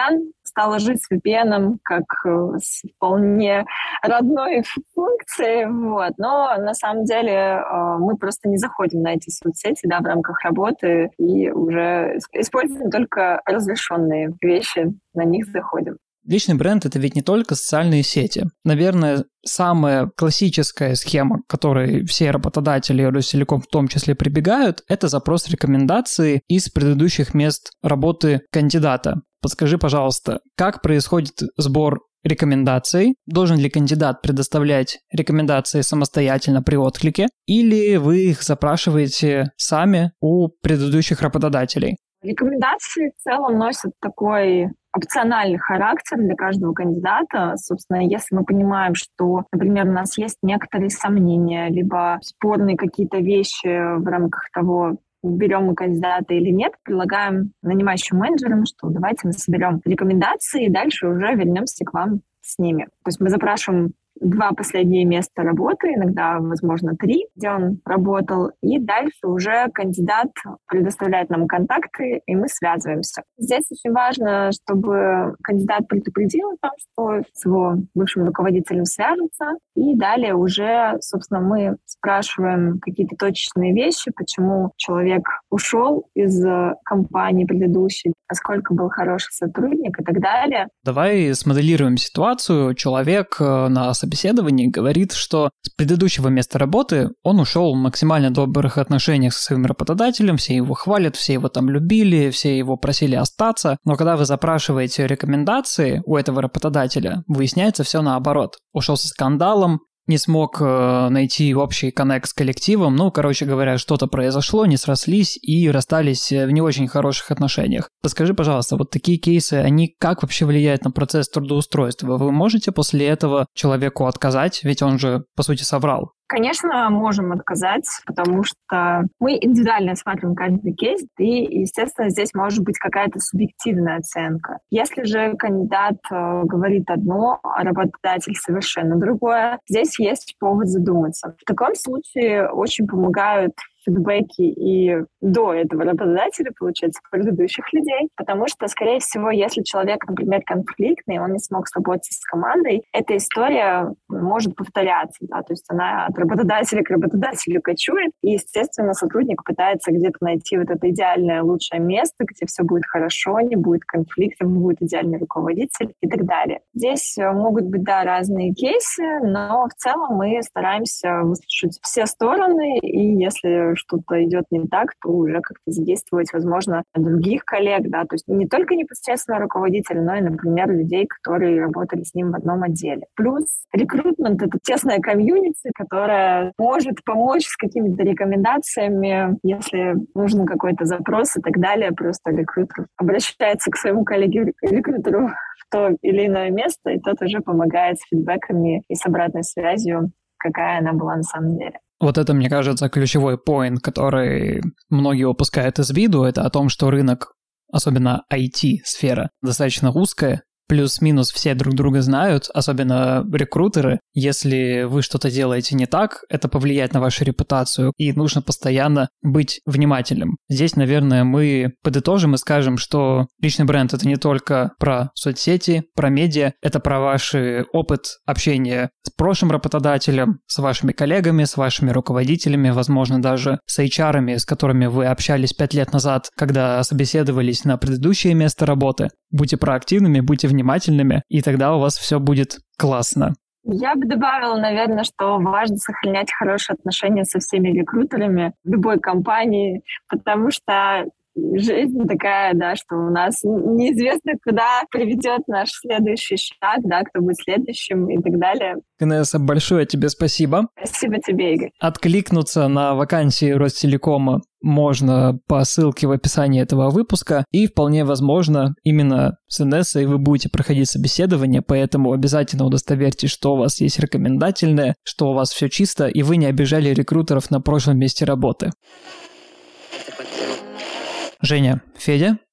стала жить с ви пи эн как с вполне родной функцией, вот. Но на самом деле мы просто не заходим на эти соцсети, да, в рамках работы и уже используем только разрешенные вещи, на них заходим. Личный бренд — это ведь не только социальные сети. Наверное, самая классическая схема, к которой все работодатели Ростелеком в том числе прибегают, это запрос рекомендаций из предыдущих мест работы кандидата. Подскажи, пожалуйста, как происходит сбор рекомендаций? Должен ли кандидат предоставлять рекомендации самостоятельно при отклике? Или вы их запрашиваете сами у предыдущих работодателей? Рекомендации в целом носят такой опциональный характер для каждого кандидата. Собственно, если мы понимаем, что, например, у нас есть некоторые сомнения, либо спорные какие-то вещи в рамках того, берем мы кандидата или нет, предлагаем нанимающим менеджерам, что давайте мы соберем рекомендации и дальше уже вернемся к вам с ними. То есть мы запрашиваем два последние места работы, иногда, возможно, три, где он работал, и дальше уже кандидат предоставляет нам контакты, и мы связываемся. Здесь очень важно, чтобы кандидат предупредил о том, что с его бывшим руководителем свяжется, и далее уже, собственно, мы спрашиваем какие-то точечные вещи, почему человек ушел из компании предыдущей, насколько был хороший сотрудник и так далее. Давай смоделируем ситуацию. Человек на собеседовании говорит, что с предыдущего места работы он ушел в максимально добрых отношениях со своим работодателем, все его хвалят, все его там любили, все его просили остаться, но когда вы запрашиваете рекомендации у этого работодателя, выясняется все наоборот. Ушел со скандалом, не смог э, найти общий коннект с коллективом, ну, короче говоря, что-то произошло, не срослись и расстались в не очень хороших отношениях. Подскажи, пожалуйста, вот такие кейсы, они как вообще влияют на процесс трудоустройства? Вы можете после этого человеку отказать, ведь он же, по сути, соврал? Конечно, можем отказать, потому что мы индивидуально осматриваем каждый кейс, и, естественно, здесь может быть какая-то субъективная оценка. Если же кандидат э, говорит одно, а работодатель совершенно другое, здесь есть повод задуматься. В таком случае очень помогают фидбэки и до этого работодателя, получается, предыдущих людей, потому что, скорее всего, если человек, например, конфликтный, он не смог сработать с командой, эта история может повторяться, да, то есть она от работодателя к работодателю кочует, и, естественно, сотрудник пытается где-то найти вот это идеальное, лучшее место, где все будет хорошо, не будет конфликтов, будет идеальный руководитель и так далее. Здесь могут быть, да, разные кейсы, но в целом мы стараемся выслушать все стороны, и если что-то идет не так, то уже как-то задействовать, возможно, других коллег, да, то есть не только непосредственно руководителя, но и, например, людей, которые работали с ним в одном отделе. Плюс рекрутмент — это тесная комьюнити, которая может помочь с какими-то рекомендациями, если нужен какой-то запрос и так далее, просто рекрутер обращается к своему коллеге-рекрутеру в то или иное место, и тот уже помогает с фидбэками и с обратной связью, какая она была на самом деле. Вот это, мне кажется, ключевой поинт, который многие упускают из виду, это о том, что рынок, особенно ай ти-сфера, достаточно узкая, плюс-минус все друг друга знают, особенно рекрутеры. Если вы что-то делаете не так, это повлияет на вашу репутацию, и нужно постоянно быть внимательным. Здесь, наверное, мы подытожим и скажем, что личный бренд — это не только про соцсети, про медиа, это про ваш опыт общения с прошлым работодателем, с вашими коллегами, с вашими руководителями, возможно, даже с эйч ар-ами, с которыми вы общались пять лет назад, когда собеседовались на предыдущее место работы. Будьте проактивными, будьте внимательными, и тогда у вас все будет классно. Я бы добавила, наверное, что важно сохранять хорошие отношения со всеми рекрутерами в любой компании, потому что жизнь такая, да, что у нас неизвестно, куда приведет наш следующий шаг, да, кто будет следующим и так далее. Инесса, большое тебе спасибо. Спасибо тебе, Игорь. Откликнуться на вакансии Ростелекома можно по ссылке в описании этого выпуска, и вполне возможно, именно с Инессой вы будете проходить собеседование, поэтому обязательно удостоверьтесь, что у вас есть рекомендательное, что у вас все чисто, и вы не обижали рекрутеров на прошлом месте работы. Женя, Федя,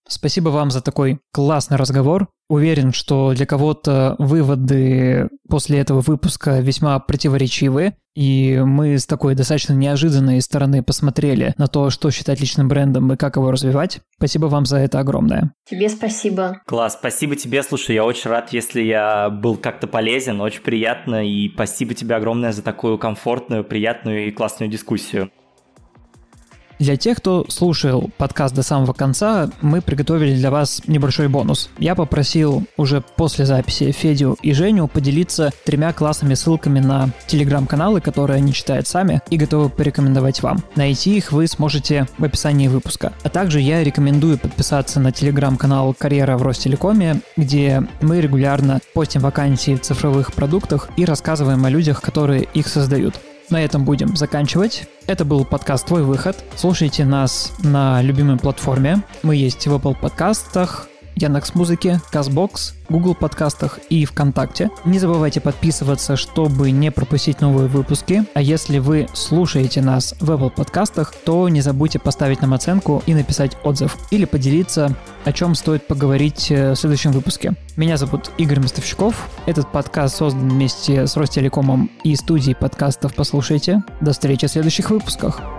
Спасибо вам за такой классный разговор. Уверен, что для кого-то выводы после этого выпуска весьма противоречивые, и мы с такой достаточно неожиданной стороны посмотрели на то, что считать личным брендом и как его развивать. Спасибо вам за это огромное. Тебе спасибо. Класс, спасибо тебе. Слушай, я очень рад, если я был как-то полезен, очень приятно, и спасибо тебе огромное за такую комфортную, приятную и классную дискуссию. Для тех, кто слушал подкаст до самого конца, мы приготовили для вас небольшой бонус. Я попросил уже после записи Федю и Женю поделиться тремя классными ссылками на телеграм-каналы, которые они читают сами и готовы порекомендовать вам. Найти их вы сможете в описании выпуска. А также я рекомендую подписаться на телеграм-канал «Карьера в Ростелекоме», где мы регулярно постим вакансии в цифровых продуктах и рассказываем о людях, которые их создают. На этом будем заканчивать. Это был подкаст «Твой выход». Слушайте нас на любимой платформе. Мы есть в Apple подкастах, Яндекс.Музыке, Castbox, Google подкастах и ВКонтакте. Не забывайте подписываться, чтобы не пропустить новые выпуски. А если вы слушаете нас в Apple подкастах, то не забудьте поставить нам оценку и написать отзыв. Или поделиться, о чем стоит поговорить в следующем выпуске. Меня зовут Игорь Мостовщиков. Этот подкаст создан вместе с Ростелекомом и студией подкастов «Послушайте». До встречи в следующих выпусках.